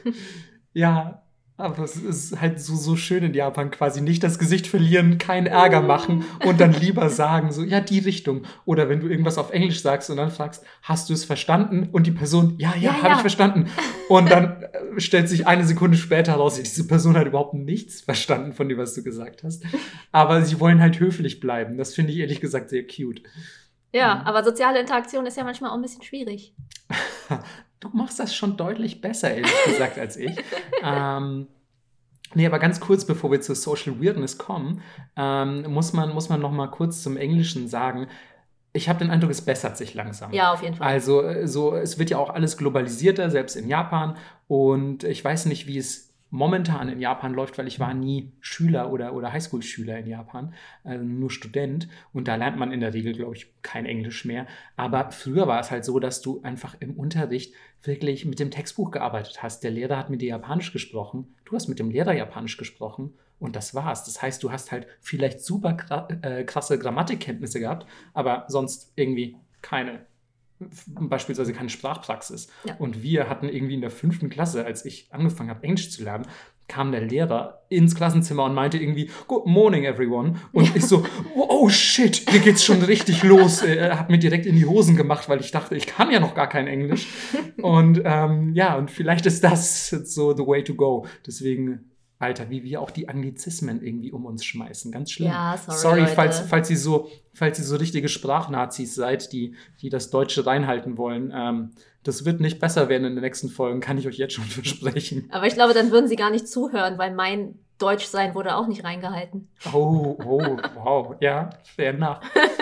ja, aber es ist halt so, so schön in Japan quasi. Nicht das Gesicht verlieren, keinen Ärger machen und dann lieber sagen, so, ja, die Richtung. Oder wenn du irgendwas auf Englisch sagst und dann fragst, hast du es verstanden? Und die Person, ja, ja, Ja, habe ja. ich verstanden. Und dann äh, stellt sich eine Sekunde später heraus, diese Person hat überhaupt nichts verstanden von dem, was du gesagt hast. Aber sie wollen halt höflich bleiben. Das finde ich ehrlich gesagt sehr cute. Ja, Mhm. aber soziale Interaktion ist ja manchmal auch ein bisschen schwierig. Du machst das schon deutlich besser, ehrlich gesagt, als ich. ähm, nee, aber ganz kurz, bevor wir zur Social Weirdness kommen, ähm, muss man, muss man noch mal kurz zum Englischen sagen, ich habe den Eindruck, es bessert sich langsam. Ja, auf jeden Fall. Also, äh, so, es wird ja auch alles globalisierter, selbst in Japan. Und ich weiß nicht, wie es momentan in Japan läuft, weil ich war nie Schüler oder, oder Highschool-Schüler in Japan, also nur Student. Und da lernt man in der Regel, glaube ich, kein Englisch mehr. Aber früher war es halt so, dass du einfach im Unterricht wirklich mit dem Textbuch gearbeitet hast. Der Lehrer hat mit dir Japanisch gesprochen, du hast mit dem Lehrer Japanisch gesprochen und das war's. Das heißt, du hast halt vielleicht super gra- äh, krasse Grammatikkenntnisse gehabt, aber sonst irgendwie keine. Beispielsweise keine Sprachpraxis. Ja. Und wir hatten irgendwie in der fünften Klasse, als ich angefangen habe, Englisch zu lernen, kam der Lehrer ins Klassenzimmer und meinte irgendwie, Good morning, everyone. Und ich so, oh shit, hier geht's schon richtig los. Er hat mir direkt in die Hosen gemacht, weil ich dachte, ich kann ja noch gar kein Englisch. Und ähm, ja, und vielleicht ist das so the way to go. Deswegen, Alter, wie wir auch die Anglizismen irgendwie um uns schmeißen. Ganz schlimm. Ja, sorry, Sorry, Leute. falls, falls ihr so, falls ihr so richtige Sprachnazis seid, die, die das Deutsche reinhalten wollen. Ähm, das wird nicht besser werden in den nächsten Folgen, kann ich euch jetzt schon versprechen. Aber ich glaube, dann würden sie gar nicht zuhören, weil mein Deutschsein wurde auch nicht reingehalten. Oh, oh, wow. Ja, fair enough.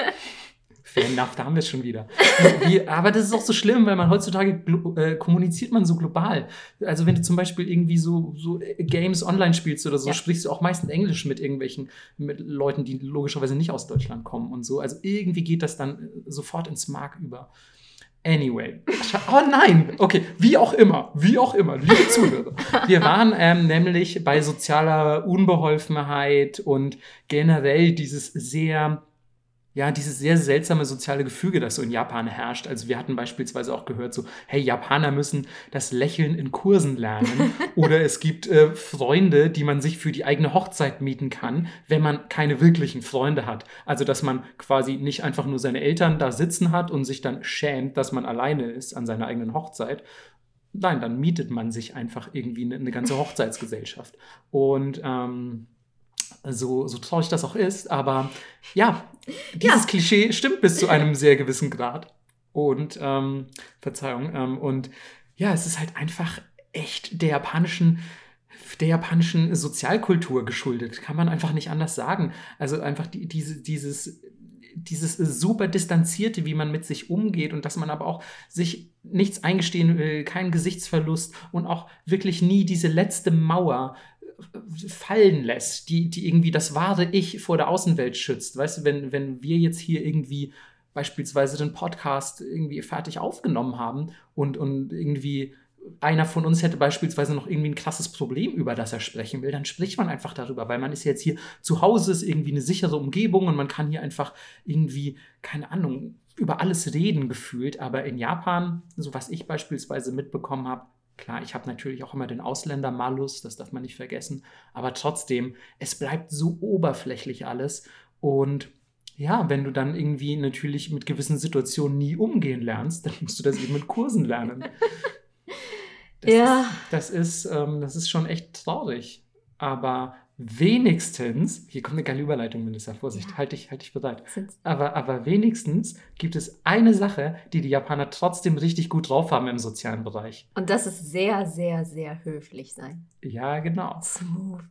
Fair enough, da haben wir es schon wieder. Wie, aber das ist auch so schlimm, weil man heutzutage glo- äh, kommuniziert man so global. Also wenn du zum Beispiel irgendwie so, so Games online spielst oder so, Ja. sprichst du auch meistens Englisch mit irgendwelchen mit Leuten, die logischerweise nicht aus Deutschland kommen und so. Also irgendwie geht das dann äh, sofort ins Mark über. Anyway. Oh nein! Okay, wie auch immer, wie auch immer, liebe Zuhörer. Wir waren ähm, nämlich bei sozialer Unbeholfenheit und generell dieses sehr, ja, dieses sehr seltsame soziale Gefüge, das so in Japan herrscht. Also wir hatten beispielsweise auch gehört so, hey, Japaner müssen das Lächeln in Kursen lernen. Oder es gibt äh, Freunde, die man sich für die eigene Hochzeit mieten kann, wenn man keine wirklichen Freunde hat. Also dass man quasi nicht einfach nur seine Eltern da sitzen hat und sich dann schämt, dass man alleine ist an seiner eigenen Hochzeit. Nein, dann mietet man sich einfach irgendwie eine, eine ganze Hochzeitsgesellschaft. Und ähm, so, so traurig das auch ist, aber ja, dieses Ja. Klischee stimmt bis zu einem sehr gewissen Grad. Und, ähm, Verzeihung, ähm, und ja, es ist halt einfach echt der japanischen, der japanischen Sozialkultur geschuldet. Kann man einfach nicht anders sagen. Also einfach die, diese, dieses, dieses super Distanzierte, wie man mit sich umgeht und dass man aber auch sich nichts eingestehen will, keinen Gesichtsverlust und auch wirklich nie diese letzte Mauer fallen lässt, die, die irgendwie das wahre Ich vor der Außenwelt schützt. Weißt du, wenn, wenn wir jetzt hier irgendwie beispielsweise den Podcast irgendwie fertig aufgenommen haben und, und irgendwie einer von uns hätte beispielsweise noch irgendwie ein krasses Problem, über das er sprechen will, dann spricht man einfach darüber, weil man ist jetzt hier zu Hause, ist irgendwie eine sichere Umgebung und man kann hier einfach irgendwie, keine Ahnung, über alles reden gefühlt. Aber in Japan, so was ich beispielsweise mitbekommen habe, klar, ich habe natürlich auch immer den Ausländer-Malus, das darf man nicht vergessen, aber trotzdem, es bleibt so oberflächlich alles und ja, wenn du dann irgendwie natürlich mit gewissen Situationen nie umgehen lernst, dann musst du das eben mit Kursen lernen. Das Ja. ist, das, ist, ähm, das ist schon echt traurig, aber wenigstens, hier kommt eine geile Überleitung, Melissa, Vorsicht, Ja. halt dich, halt dich bereit. Sind's. Aber, aber wenigstens gibt es eine Sache, die die Japaner trotzdem richtig gut drauf haben im sozialen Bereich. Und das ist sehr, sehr, sehr höflich sein. Ja, genau. Smooth.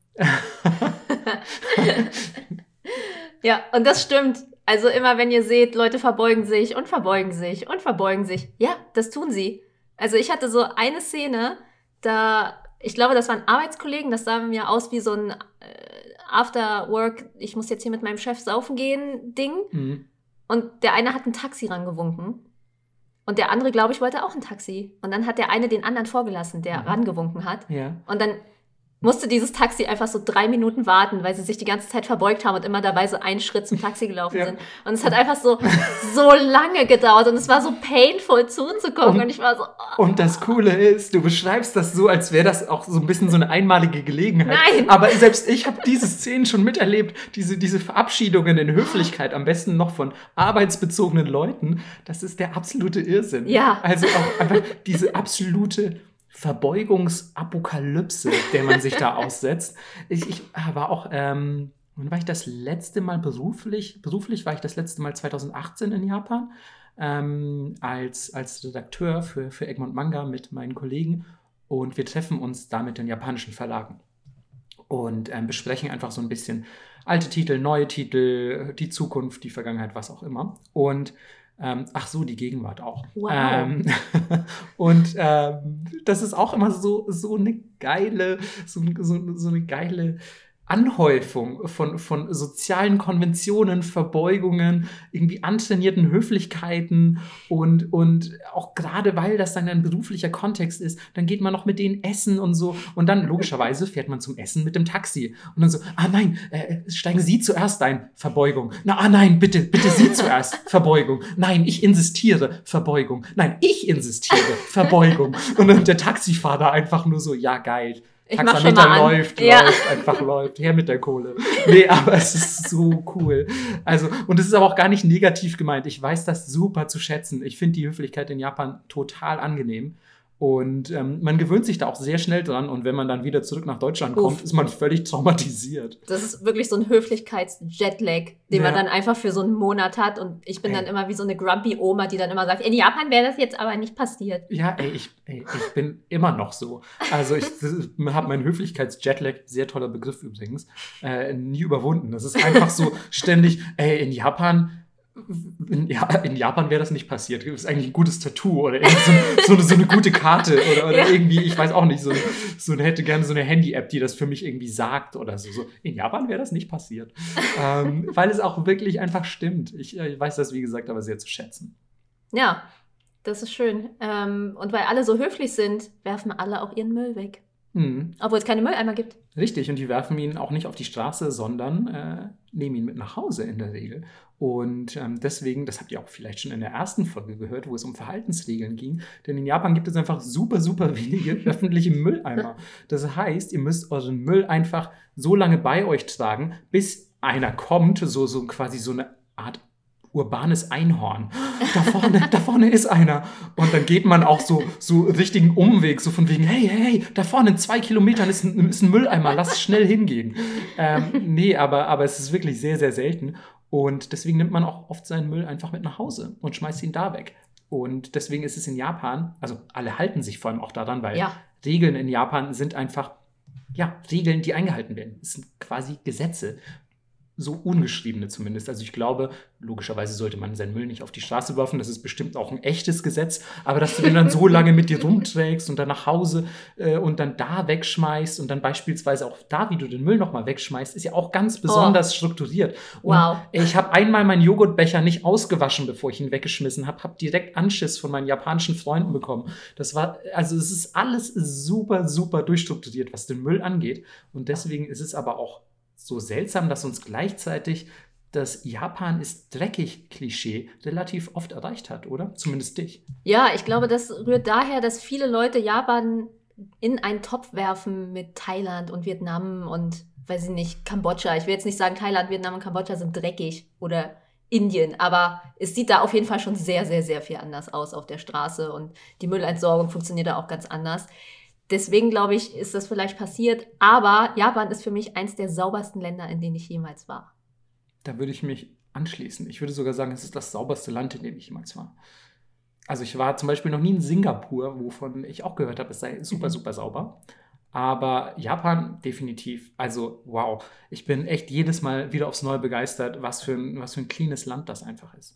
Ja, und das stimmt. Also immer, wenn ihr seht, Leute verbeugen sich und verbeugen sich und verbeugen sich. Ja, das tun sie. Also ich hatte so eine Szene, da, ich glaube, das waren Arbeitskollegen, das sah mir aus wie so ein äh, After-Work, ich muss jetzt hier mit meinem Chef saufen gehen Ding. Mhm. Und der eine hat ein Taxi rangewunken. Und der andere, glaube ich, wollte auch ein Taxi. Und dann hat der eine den anderen vorgelassen, der mhm. rangewunken hat. Ja. Und dann musste dieses Taxi einfach so drei Minuten warten, weil sie sich die ganze Zeit verbeugt haben und immer dabei so einen Schritt zum Taxi gelaufen ja. sind. Und es hat einfach so, so lange gedauert und es war so painful zuzugucken. Und, und ich war so... Oh. Und das Coole ist, du beschreibst das so, als wäre das auch so ein bisschen so eine einmalige Gelegenheit. Nein! Aber selbst ich habe diese Szenen schon miterlebt, diese, diese Verabschiedungen in Höflichkeit, am besten noch von arbeitsbezogenen Leuten. Das ist der absolute Irrsinn. Ja. Also auch einfach diese absolute... Verbeugungsapokalypse, der man sich da aussetzt. Ich, ich war auch, ähm, wann war ich das letzte Mal beruflich? Beruflich war ich das letzte Mal zwanzig achtzehn in Japan, ähm, als, als Redakteur für, für Egmont Manga mit meinen Kollegen. Und wir treffen uns da mit den japanischen Verlagen und ähm, besprechen einfach so ein bisschen alte Titel, neue Titel, die Zukunft, die Vergangenheit, was auch immer. Und Ähm, ach so, die Gegenwart auch. Wow. Ähm, und ähm, das ist auch immer so, so eine geile, so, so, so eine geile Anhäufung von, von sozialen Konventionen, Verbeugungen, irgendwie antrainierten Höflichkeiten und, und auch gerade, weil das dann ein beruflicher Kontext ist, dann geht man noch mit denen essen und so und dann logischerweise fährt man zum Essen mit dem Taxi und dann so, ah nein, äh, steigen Sie zuerst ein, Verbeugung. Na, ah nein, bitte, bitte Sie zuerst, Verbeugung. Nein, ich insistiere, Verbeugung. Nein, ich insistiere, Verbeugung. Und dann der Taxifahrer einfach nur so, ja geil. Ich mach schon mal an. läuft, ja. läuft, einfach läuft. Her mit der Kohle. Nee, aber es ist so cool. Also, und es ist aber auch gar nicht negativ gemeint. Ich weiß das super zu schätzen. Ich finde die Höflichkeit in Japan total angenehm. Und ähm, man gewöhnt sich da auch sehr schnell dran. Und wenn man dann wieder zurück nach Deutschland kommt, Uff. ist man völlig traumatisiert. Das ist wirklich so ein Höflichkeits-Jetlag, den ja. man dann einfach für so einen Monat hat. Und ich bin ey. dann immer wie so eine grumpy Oma, die dann immer sagt, in Japan wäre das jetzt aber nicht passiert. Ja, ey, ich, ey, ich bin immer noch so. Also ich habe meinen Höflichkeits-Jetlag, sehr toller Begriff übrigens, äh, nie überwunden. Das ist einfach so ständig, ey, in Japan... In, ja, in Japan wäre das nicht passiert. Das ist eigentlich ein gutes Tattoo oder irgendwie so, so, eine, so eine gute Karte oder, oder ja. irgendwie, ich weiß auch nicht, so, so eine, hätte gerne so eine Handy-App, die das für mich irgendwie sagt oder so. so. In Japan wäre das nicht passiert. ähm, weil es auch wirklich einfach stimmt. Ich, ich weiß das, wie gesagt, aber sehr zu schätzen. Ja, das ist schön. Ähm, und weil alle so höflich sind, werfen alle auch ihren Müll weg. Mhm. Obwohl es keine Mülleimer gibt. Richtig, und die werfen ihn auch nicht auf die Straße, sondern äh, nehmen ihn mit nach Hause in der Regel. Und ähm, deswegen, das habt ihr auch vielleicht schon in der ersten Folge gehört, wo es um Verhaltensregeln ging, denn in Japan gibt es einfach super, super wenige öffentliche Mülleimer. Das heißt, ihr müsst euren Müll einfach so lange bei euch tragen, bis einer kommt, so, so quasi so eine Art urbanes Einhorn. Da vorne, da vorne ist einer. Und dann geht man auch so, so richtigen Umweg, so von wegen, hey, hey, hey, da vorne in zwei Kilometern ist ein, ist ein Mülleimer, lass schnell hingehen. Ähm, nee, aber, aber es ist wirklich sehr, sehr selten. Und deswegen nimmt man auch oft seinen Müll einfach mit nach Hause und schmeißt ihn da weg. Und deswegen ist es in Japan, also alle halten sich vor allem auch daran, weil ja. Regeln in Japan sind einfach, ja, Regeln, die eingehalten werden. Es sind quasi Gesetze. So ungeschriebene zumindest. Also ich glaube, logischerweise sollte man seinen Müll nicht auf die Straße werfen. Das ist bestimmt auch ein echtes Gesetz. Aber dass du den dann so lange mit dir rumträgst und dann nach Hause äh, und dann da wegschmeißt und dann beispielsweise auch da, wie du den Müll nochmal wegschmeißt, ist ja auch ganz besonders oh. strukturiert. Und wow. Ich habe einmal meinen Joghurtbecher nicht ausgewaschen, bevor ich ihn weggeschmissen habe. Habe direkt Anschiss von meinen japanischen Freunden bekommen. Das war, also es ist alles super, super durchstrukturiert, was den Müll angeht. Und deswegen ist es aber auch so seltsam, dass uns gleichzeitig das Japan ist dreckig Klischee relativ oft erreicht hat, oder? Zumindest dich. Ja, ich glaube, das rührt daher, dass viele Leute Japan in einen Topf werfen mit Thailand und Vietnam und, weiß ich nicht, Kambodscha. Ich will jetzt nicht sagen, Thailand, Vietnam und Kambodscha sind dreckig oder Indien, aber es sieht da auf jeden Fall schon sehr, sehr, sehr viel anders aus auf der Straße und die Müllentsorgung funktioniert da auch ganz anders. Deswegen, glaube ich, ist das vielleicht passiert. Aber Japan ist für mich eins der saubersten Länder, in denen ich jemals war. Da würde ich mich anschließen. Ich würde sogar sagen, es ist das sauberste Land, in dem ich jemals war. Also ich war zum Beispiel noch nie in Singapur, wovon ich auch gehört habe, es sei super, super sauber. Aber Japan definitiv. Also wow, ich bin echt jedes Mal wieder aufs Neue begeistert, was für ein, was für ein cleanes Land das einfach ist.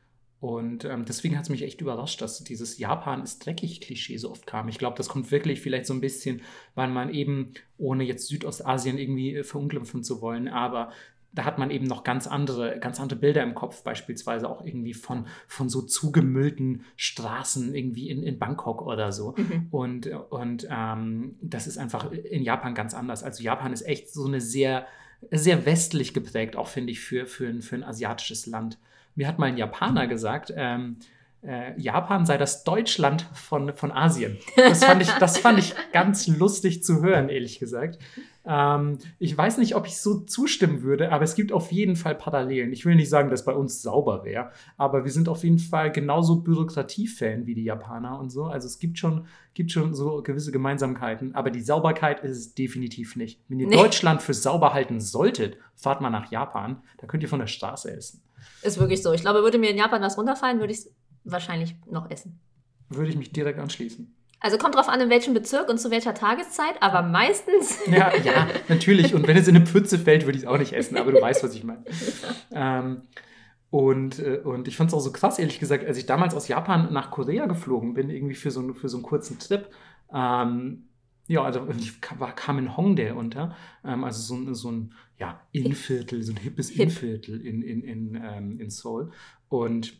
Und ähm, deswegen hat es mich echt überrascht, dass dieses Japan ist dreckig Klischee so oft kam. Ich glaube, das kommt wirklich vielleicht so ein bisschen, weil man eben, ohne jetzt Südostasien irgendwie äh, verunglimpfen zu wollen, aber da hat man eben noch ganz andere, ganz andere Bilder im Kopf, beispielsweise auch irgendwie von, von so zugemüllten Straßen irgendwie in, in Bangkok oder so. Mhm. Und, und ähm, das ist einfach in Japan ganz anders. Also Japan ist echt so eine sehr, sehr westlich geprägt, auch finde ich, für, für, ein, für ein asiatisches Land. Mir hat mal ein Japaner gesagt, ähm, äh, Japan sei das Deutschland von, von Asien. Das fand ich, das fand ich ganz lustig zu hören, ehrlich gesagt. Ähm, ich weiß nicht, ob ich so zustimmen würde, aber es gibt auf jeden Fall Parallelen. Ich will nicht sagen, dass bei uns sauber wäre, aber wir sind auf jeden Fall genauso Bürokratiefan wie die Japaner und so. Also es gibt schon, gibt schon so gewisse Gemeinsamkeiten, aber die Sauberkeit ist es definitiv nicht. Wenn ihr nee. Deutschland für sauber halten solltet, fahrt mal nach Japan, da könnt ihr von der Straße essen. Ist wirklich so. Ich glaube, würde mir in Japan was runterfallen, würde ich es wahrscheinlich noch essen. Würde ich mich direkt anschließen. Also kommt drauf an, in welchem Bezirk und zu welcher Tageszeit, aber meistens... Ja, ja, natürlich. Und wenn es in eine Pfütze fällt, würde ich es auch nicht essen, aber du weißt, was ich meine. ähm, und, äh, und ich fand es auch so krass, ehrlich gesagt, als ich damals aus Japan nach Korea geflogen bin, irgendwie für so, für so einen kurzen Trip, ähm, ja, also ich kam in Hongdae unter, ähm, also so ein, so ein ja, Innenviertel, so ein hippes Hip. Innenviertel in, in, in, ähm, in Seoul. Und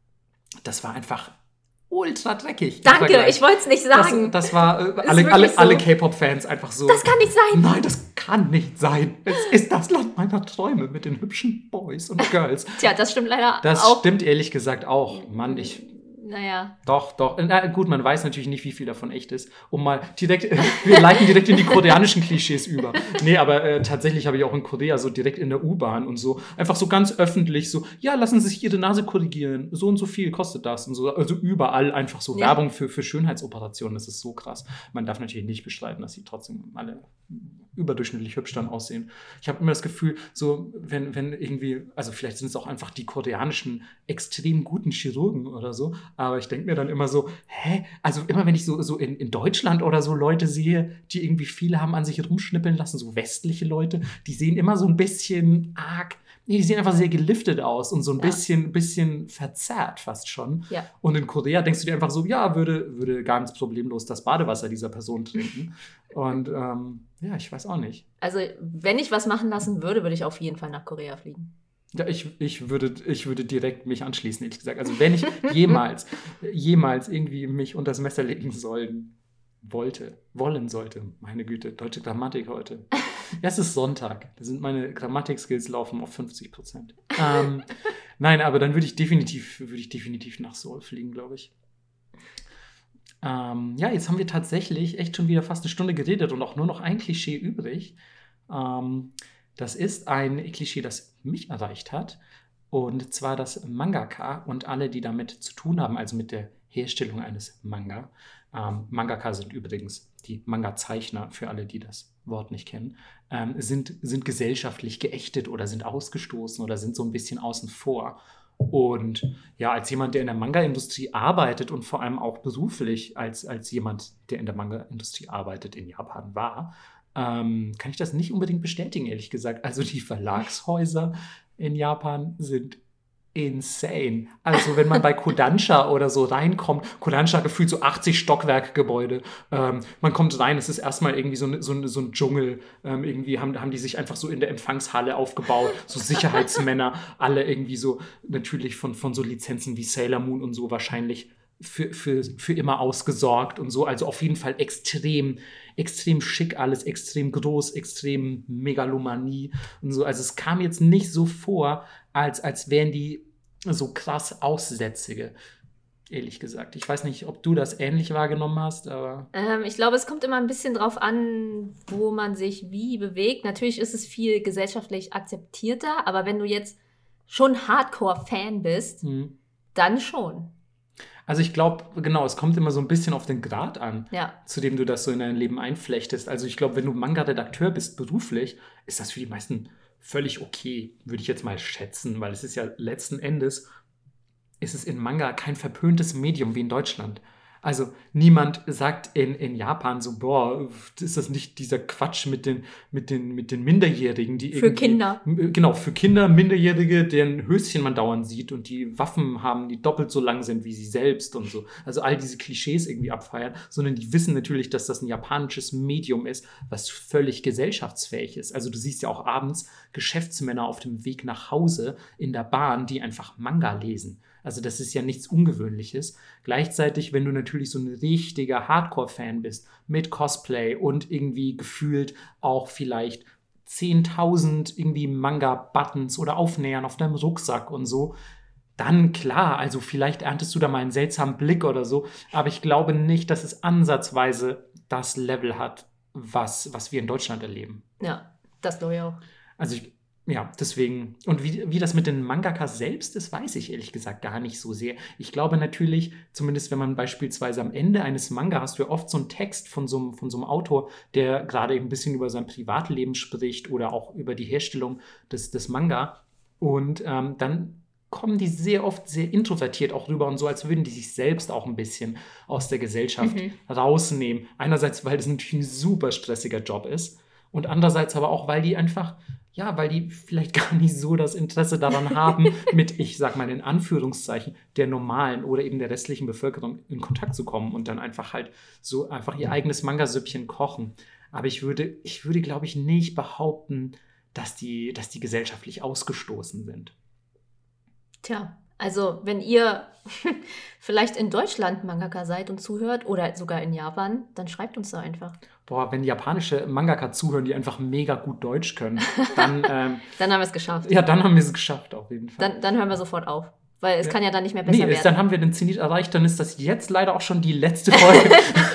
das war einfach ultra dreckig. Danke, ich wollte es nicht sagen. Das, das war äh, alle, alle, so. alle K-Pop-Fans einfach so. Das kann nicht sein. Nein, das kann nicht sein. Es ist das Land meiner Träume mit den hübschen Boys und Girls. Tja, das stimmt leider das auch. Das stimmt ehrlich gesagt auch. Mann, ich... Naja. Doch, doch. Na, gut, man weiß natürlich nicht, wie viel davon echt ist. Um mal direkt, wir leiten direkt in die koreanischen Klischees über. Nee, aber äh, tatsächlich habe ich auch in Korea so direkt in der U-Bahn und so, einfach so ganz öffentlich so, ja, lassen Sie sich Ihre Nase korrigieren, so und so viel kostet das und so. Also überall einfach so ja. Werbung für, für Schönheitsoperationen, das ist so krass. Man darf natürlich nicht bestreiten, dass sie trotzdem alle überdurchschnittlich hübsch dann aussehen. Ich habe immer das Gefühl, so, wenn, wenn irgendwie, also vielleicht sind es auch einfach die koreanischen extrem guten Chirurgen oder so, aber ich denke mir dann immer so, hä? Also immer wenn ich so, so in, in Deutschland oder so Leute sehe, die irgendwie viele haben an sich rumschnippeln lassen, so westliche Leute, die sehen immer so ein bisschen arg, nee, die sehen einfach sehr geliftet aus und so ein ja. bisschen, bisschen verzerrt fast schon. Ja. Und in Korea denkst du dir einfach so, ja, würde, würde ganz problemlos das Badewasser dieser Person trinken. Und ähm, ja, ich weiß auch nicht. Also wenn ich was machen lassen würde, würde ich auf jeden Fall nach Korea fliegen. Ja, ich, ich, würde, ich würde direkt mich anschließen, ehrlich gesagt. Also wenn ich jemals, jemals irgendwie mich unter das Messer legen sollen, wollte, wollen sollte, meine Güte, deutsche Grammatik heute. Ja, es ist Sonntag, da sind meine Grammatik-Skills laufen auf fünfzig Prozent. Ähm, nein, aber dann würde ich definitiv, würde ich definitiv nach Seoul fliegen, glaube ich. Ähm, ja, jetzt haben wir tatsächlich echt schon wieder fast eine Stunde geredet und auch nur noch ein Klischee übrig. Ähm, das ist ein Klischee, das mich erreicht hat. Und zwar das Mangaka und alle, die damit zu tun haben, also mit der Herstellung eines Manga. Ähm, Mangaka sind übrigens die Manga-Zeichner, für alle, die das Wort nicht kennen, ähm, sind, sind gesellschaftlich geächtet oder sind ausgestoßen oder sind so ein bisschen außen vor. Und ja, als jemand, der in der Manga-Industrie arbeitet und vor allem auch beruflich als, als jemand, der in der Manga-Industrie arbeitet, in Japan war, ähm, kann ich das nicht unbedingt bestätigen, ehrlich gesagt. Also die Verlagshäuser in Japan sind insane. Also wenn man bei Kodansha oder so reinkommt, Kodansha gefühlt so achtzig Stockwerkgebäude, ähm, man kommt rein, es ist erstmal irgendwie so, ne, so, ne, so ein Dschungel, ähm, irgendwie haben, haben die sich einfach so in der Empfangshalle aufgebaut, so Sicherheitsmänner, alle irgendwie so, natürlich von, von so Lizenzen wie Sailor Moon und so wahrscheinlich für, für, für immer ausgesorgt und so, also auf jeden Fall extrem, extrem schick alles, extrem groß, extrem Megalomanie und so, also es kam jetzt nicht so vor, als, als wären die so krass Aussätzige, ehrlich gesagt. Ich weiß nicht, ob du das ähnlich wahrgenommen hast, aber... Ähm, ich glaube, es kommt immer ein bisschen drauf an, wo man sich wie bewegt. Natürlich ist es viel gesellschaftlich akzeptierter, aber wenn du jetzt schon Hardcore-Fan bist, mhm. dann schon. Also ich glaube, genau, es kommt immer so ein bisschen auf den Grad an, ja. zu dem du das so in dein Leben einflechtest. Also ich glaube, wenn du Manga-Redakteur bist, beruflich, ist das für die meisten völlig okay, würde ich jetzt mal schätzen, weil es ist ja letzten Endes, ist es in Manga kein verpöntes Medium wie in Deutschland. Also niemand sagt in, in Japan so, boah, ist das nicht dieser Quatsch mit den, mit den, mit den Minderjährigen, die Für Kinder. Genau, für Kinder, Minderjährige, deren Höschen man dauernd sieht und die Waffen haben, die doppelt so lang sind wie sie selbst und so. Also all diese Klischees irgendwie abfeiern, sondern die wissen natürlich, dass das ein japanisches Medium ist, was völlig gesellschaftsfähig ist. Also du siehst ja auch abends Geschäftsmänner auf dem Weg nach Hause in der Bahn, die einfach Manga lesen. Also das ist ja nichts Ungewöhnliches. Gleichzeitig, wenn du natürlich so ein richtiger Hardcore-Fan bist mit Cosplay und irgendwie gefühlt auch vielleicht zehntausend irgendwie Manga-Buttons oder Aufnähern auf deinem Rucksack und so, dann klar, also vielleicht erntest du da mal einen seltsamen Blick oder so, aber ich glaube nicht, dass es ansatzweise das Level hat, was, was wir in Deutschland erleben. Ja, das glaube ich auch. Also ich Ja, deswegen. Und wie, wie das mit den Mangakas selbst ist, weiß ich ehrlich gesagt gar nicht so sehr. Ich glaube natürlich, zumindest wenn man beispielsweise am Ende eines Manga hast du ja oft so einen Text von so einem, von so einem Autor, der gerade ein bisschen über sein Privatleben spricht oder auch über die Herstellung des, des Manga. Und ähm, dann kommen die sehr oft sehr introvertiert auch rüber und so, als würden die sich selbst auch ein bisschen aus der Gesellschaft Mhm. rausnehmen. Einerseits, weil das natürlich ein super stressiger Job ist und andererseits aber auch, weil die einfach Ja, weil die vielleicht gar nicht so das Interesse daran haben, mit, ich sag mal in Anführungszeichen, der normalen oder eben der restlichen Bevölkerung in Kontakt zu kommen und dann einfach halt so einfach ihr eigenes Mangasüppchen kochen. Aber ich würde, ich würde, glaube ich, nicht behaupten, dass die, dass die gesellschaftlich ausgestoßen sind. Tja, also wenn ihr vielleicht in Deutschland Mangaka seid und zuhört oder sogar in Japan, dann schreibt uns da einfach. Boah, wenn japanische Mangaka zuhören, die einfach mega gut Deutsch können, dann, ähm, Dann haben wir es geschafft. ja, dann haben wir es geschafft, auf jeden Fall. Dann, dann hören wir sofort auf. Weil es Ja. kann ja dann nicht mehr besser Nee, ist, werden. dann haben wir den Zenit erreicht, dann ist das jetzt leider auch schon die letzte Folge.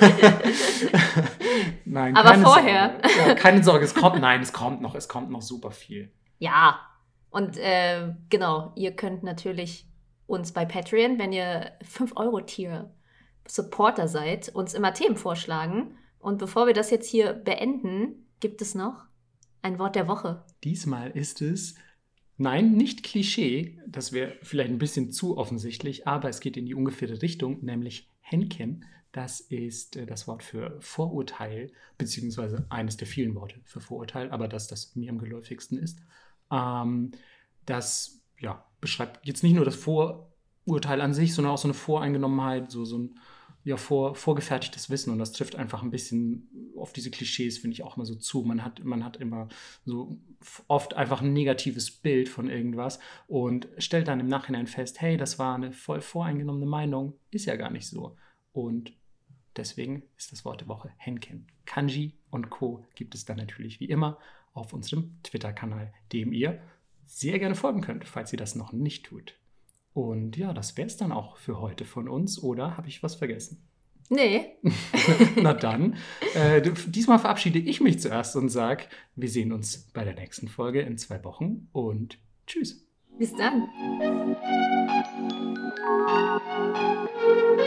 Nein, Aber keine vorher. Sorge. Ja, keine Sorge, es kommt, nein, es kommt noch, es kommt noch super viel. Ja. Und äh, genau, ihr könnt natürlich uns bei Patreon, wenn ihr fünf Euro Tier Supporter seid, uns immer Themen vorschlagen. Und bevor wir das jetzt hier beenden, gibt es noch ein Wort der Woche. Diesmal ist es, nein, nicht Klischee, das wäre vielleicht ein bisschen zu offensichtlich, aber es geht in die ungefähre Richtung, nämlich Henken. Das ist äh, das Wort für Vorurteil, beziehungsweise eines der vielen Worte für Vorurteil, aber das, das mir am geläufigsten ist. Ähm, das ja, beschreibt jetzt nicht nur das Vorurteil an sich, sondern auch so eine Voreingenommenheit, so, so ein ja, vor, vorgefertigtes Wissen. Und das trifft einfach ein bisschen auf diese Klischees, finde ich auch immer so zu. Man hat, man hat immer so oft einfach ein negatives Bild von irgendwas und stellt dann im Nachhinein fest, hey, das war eine voll voreingenommene Meinung, ist ja gar nicht so. Und deswegen ist das Wort der Woche Henken. Kanji und Co. gibt es dann natürlich wie immer auf unserem Twitter-Kanal, dem ihr sehr gerne folgen könnt, falls ihr das noch nicht tut. Und ja, das wäre es dann auch für heute von uns. Oder habe ich was vergessen? Nee. Na dann, äh, diesmal verabschiede ich mich zuerst und sage, wir sehen uns bei der nächsten Folge in zwei Wochen und tschüss. Bis dann.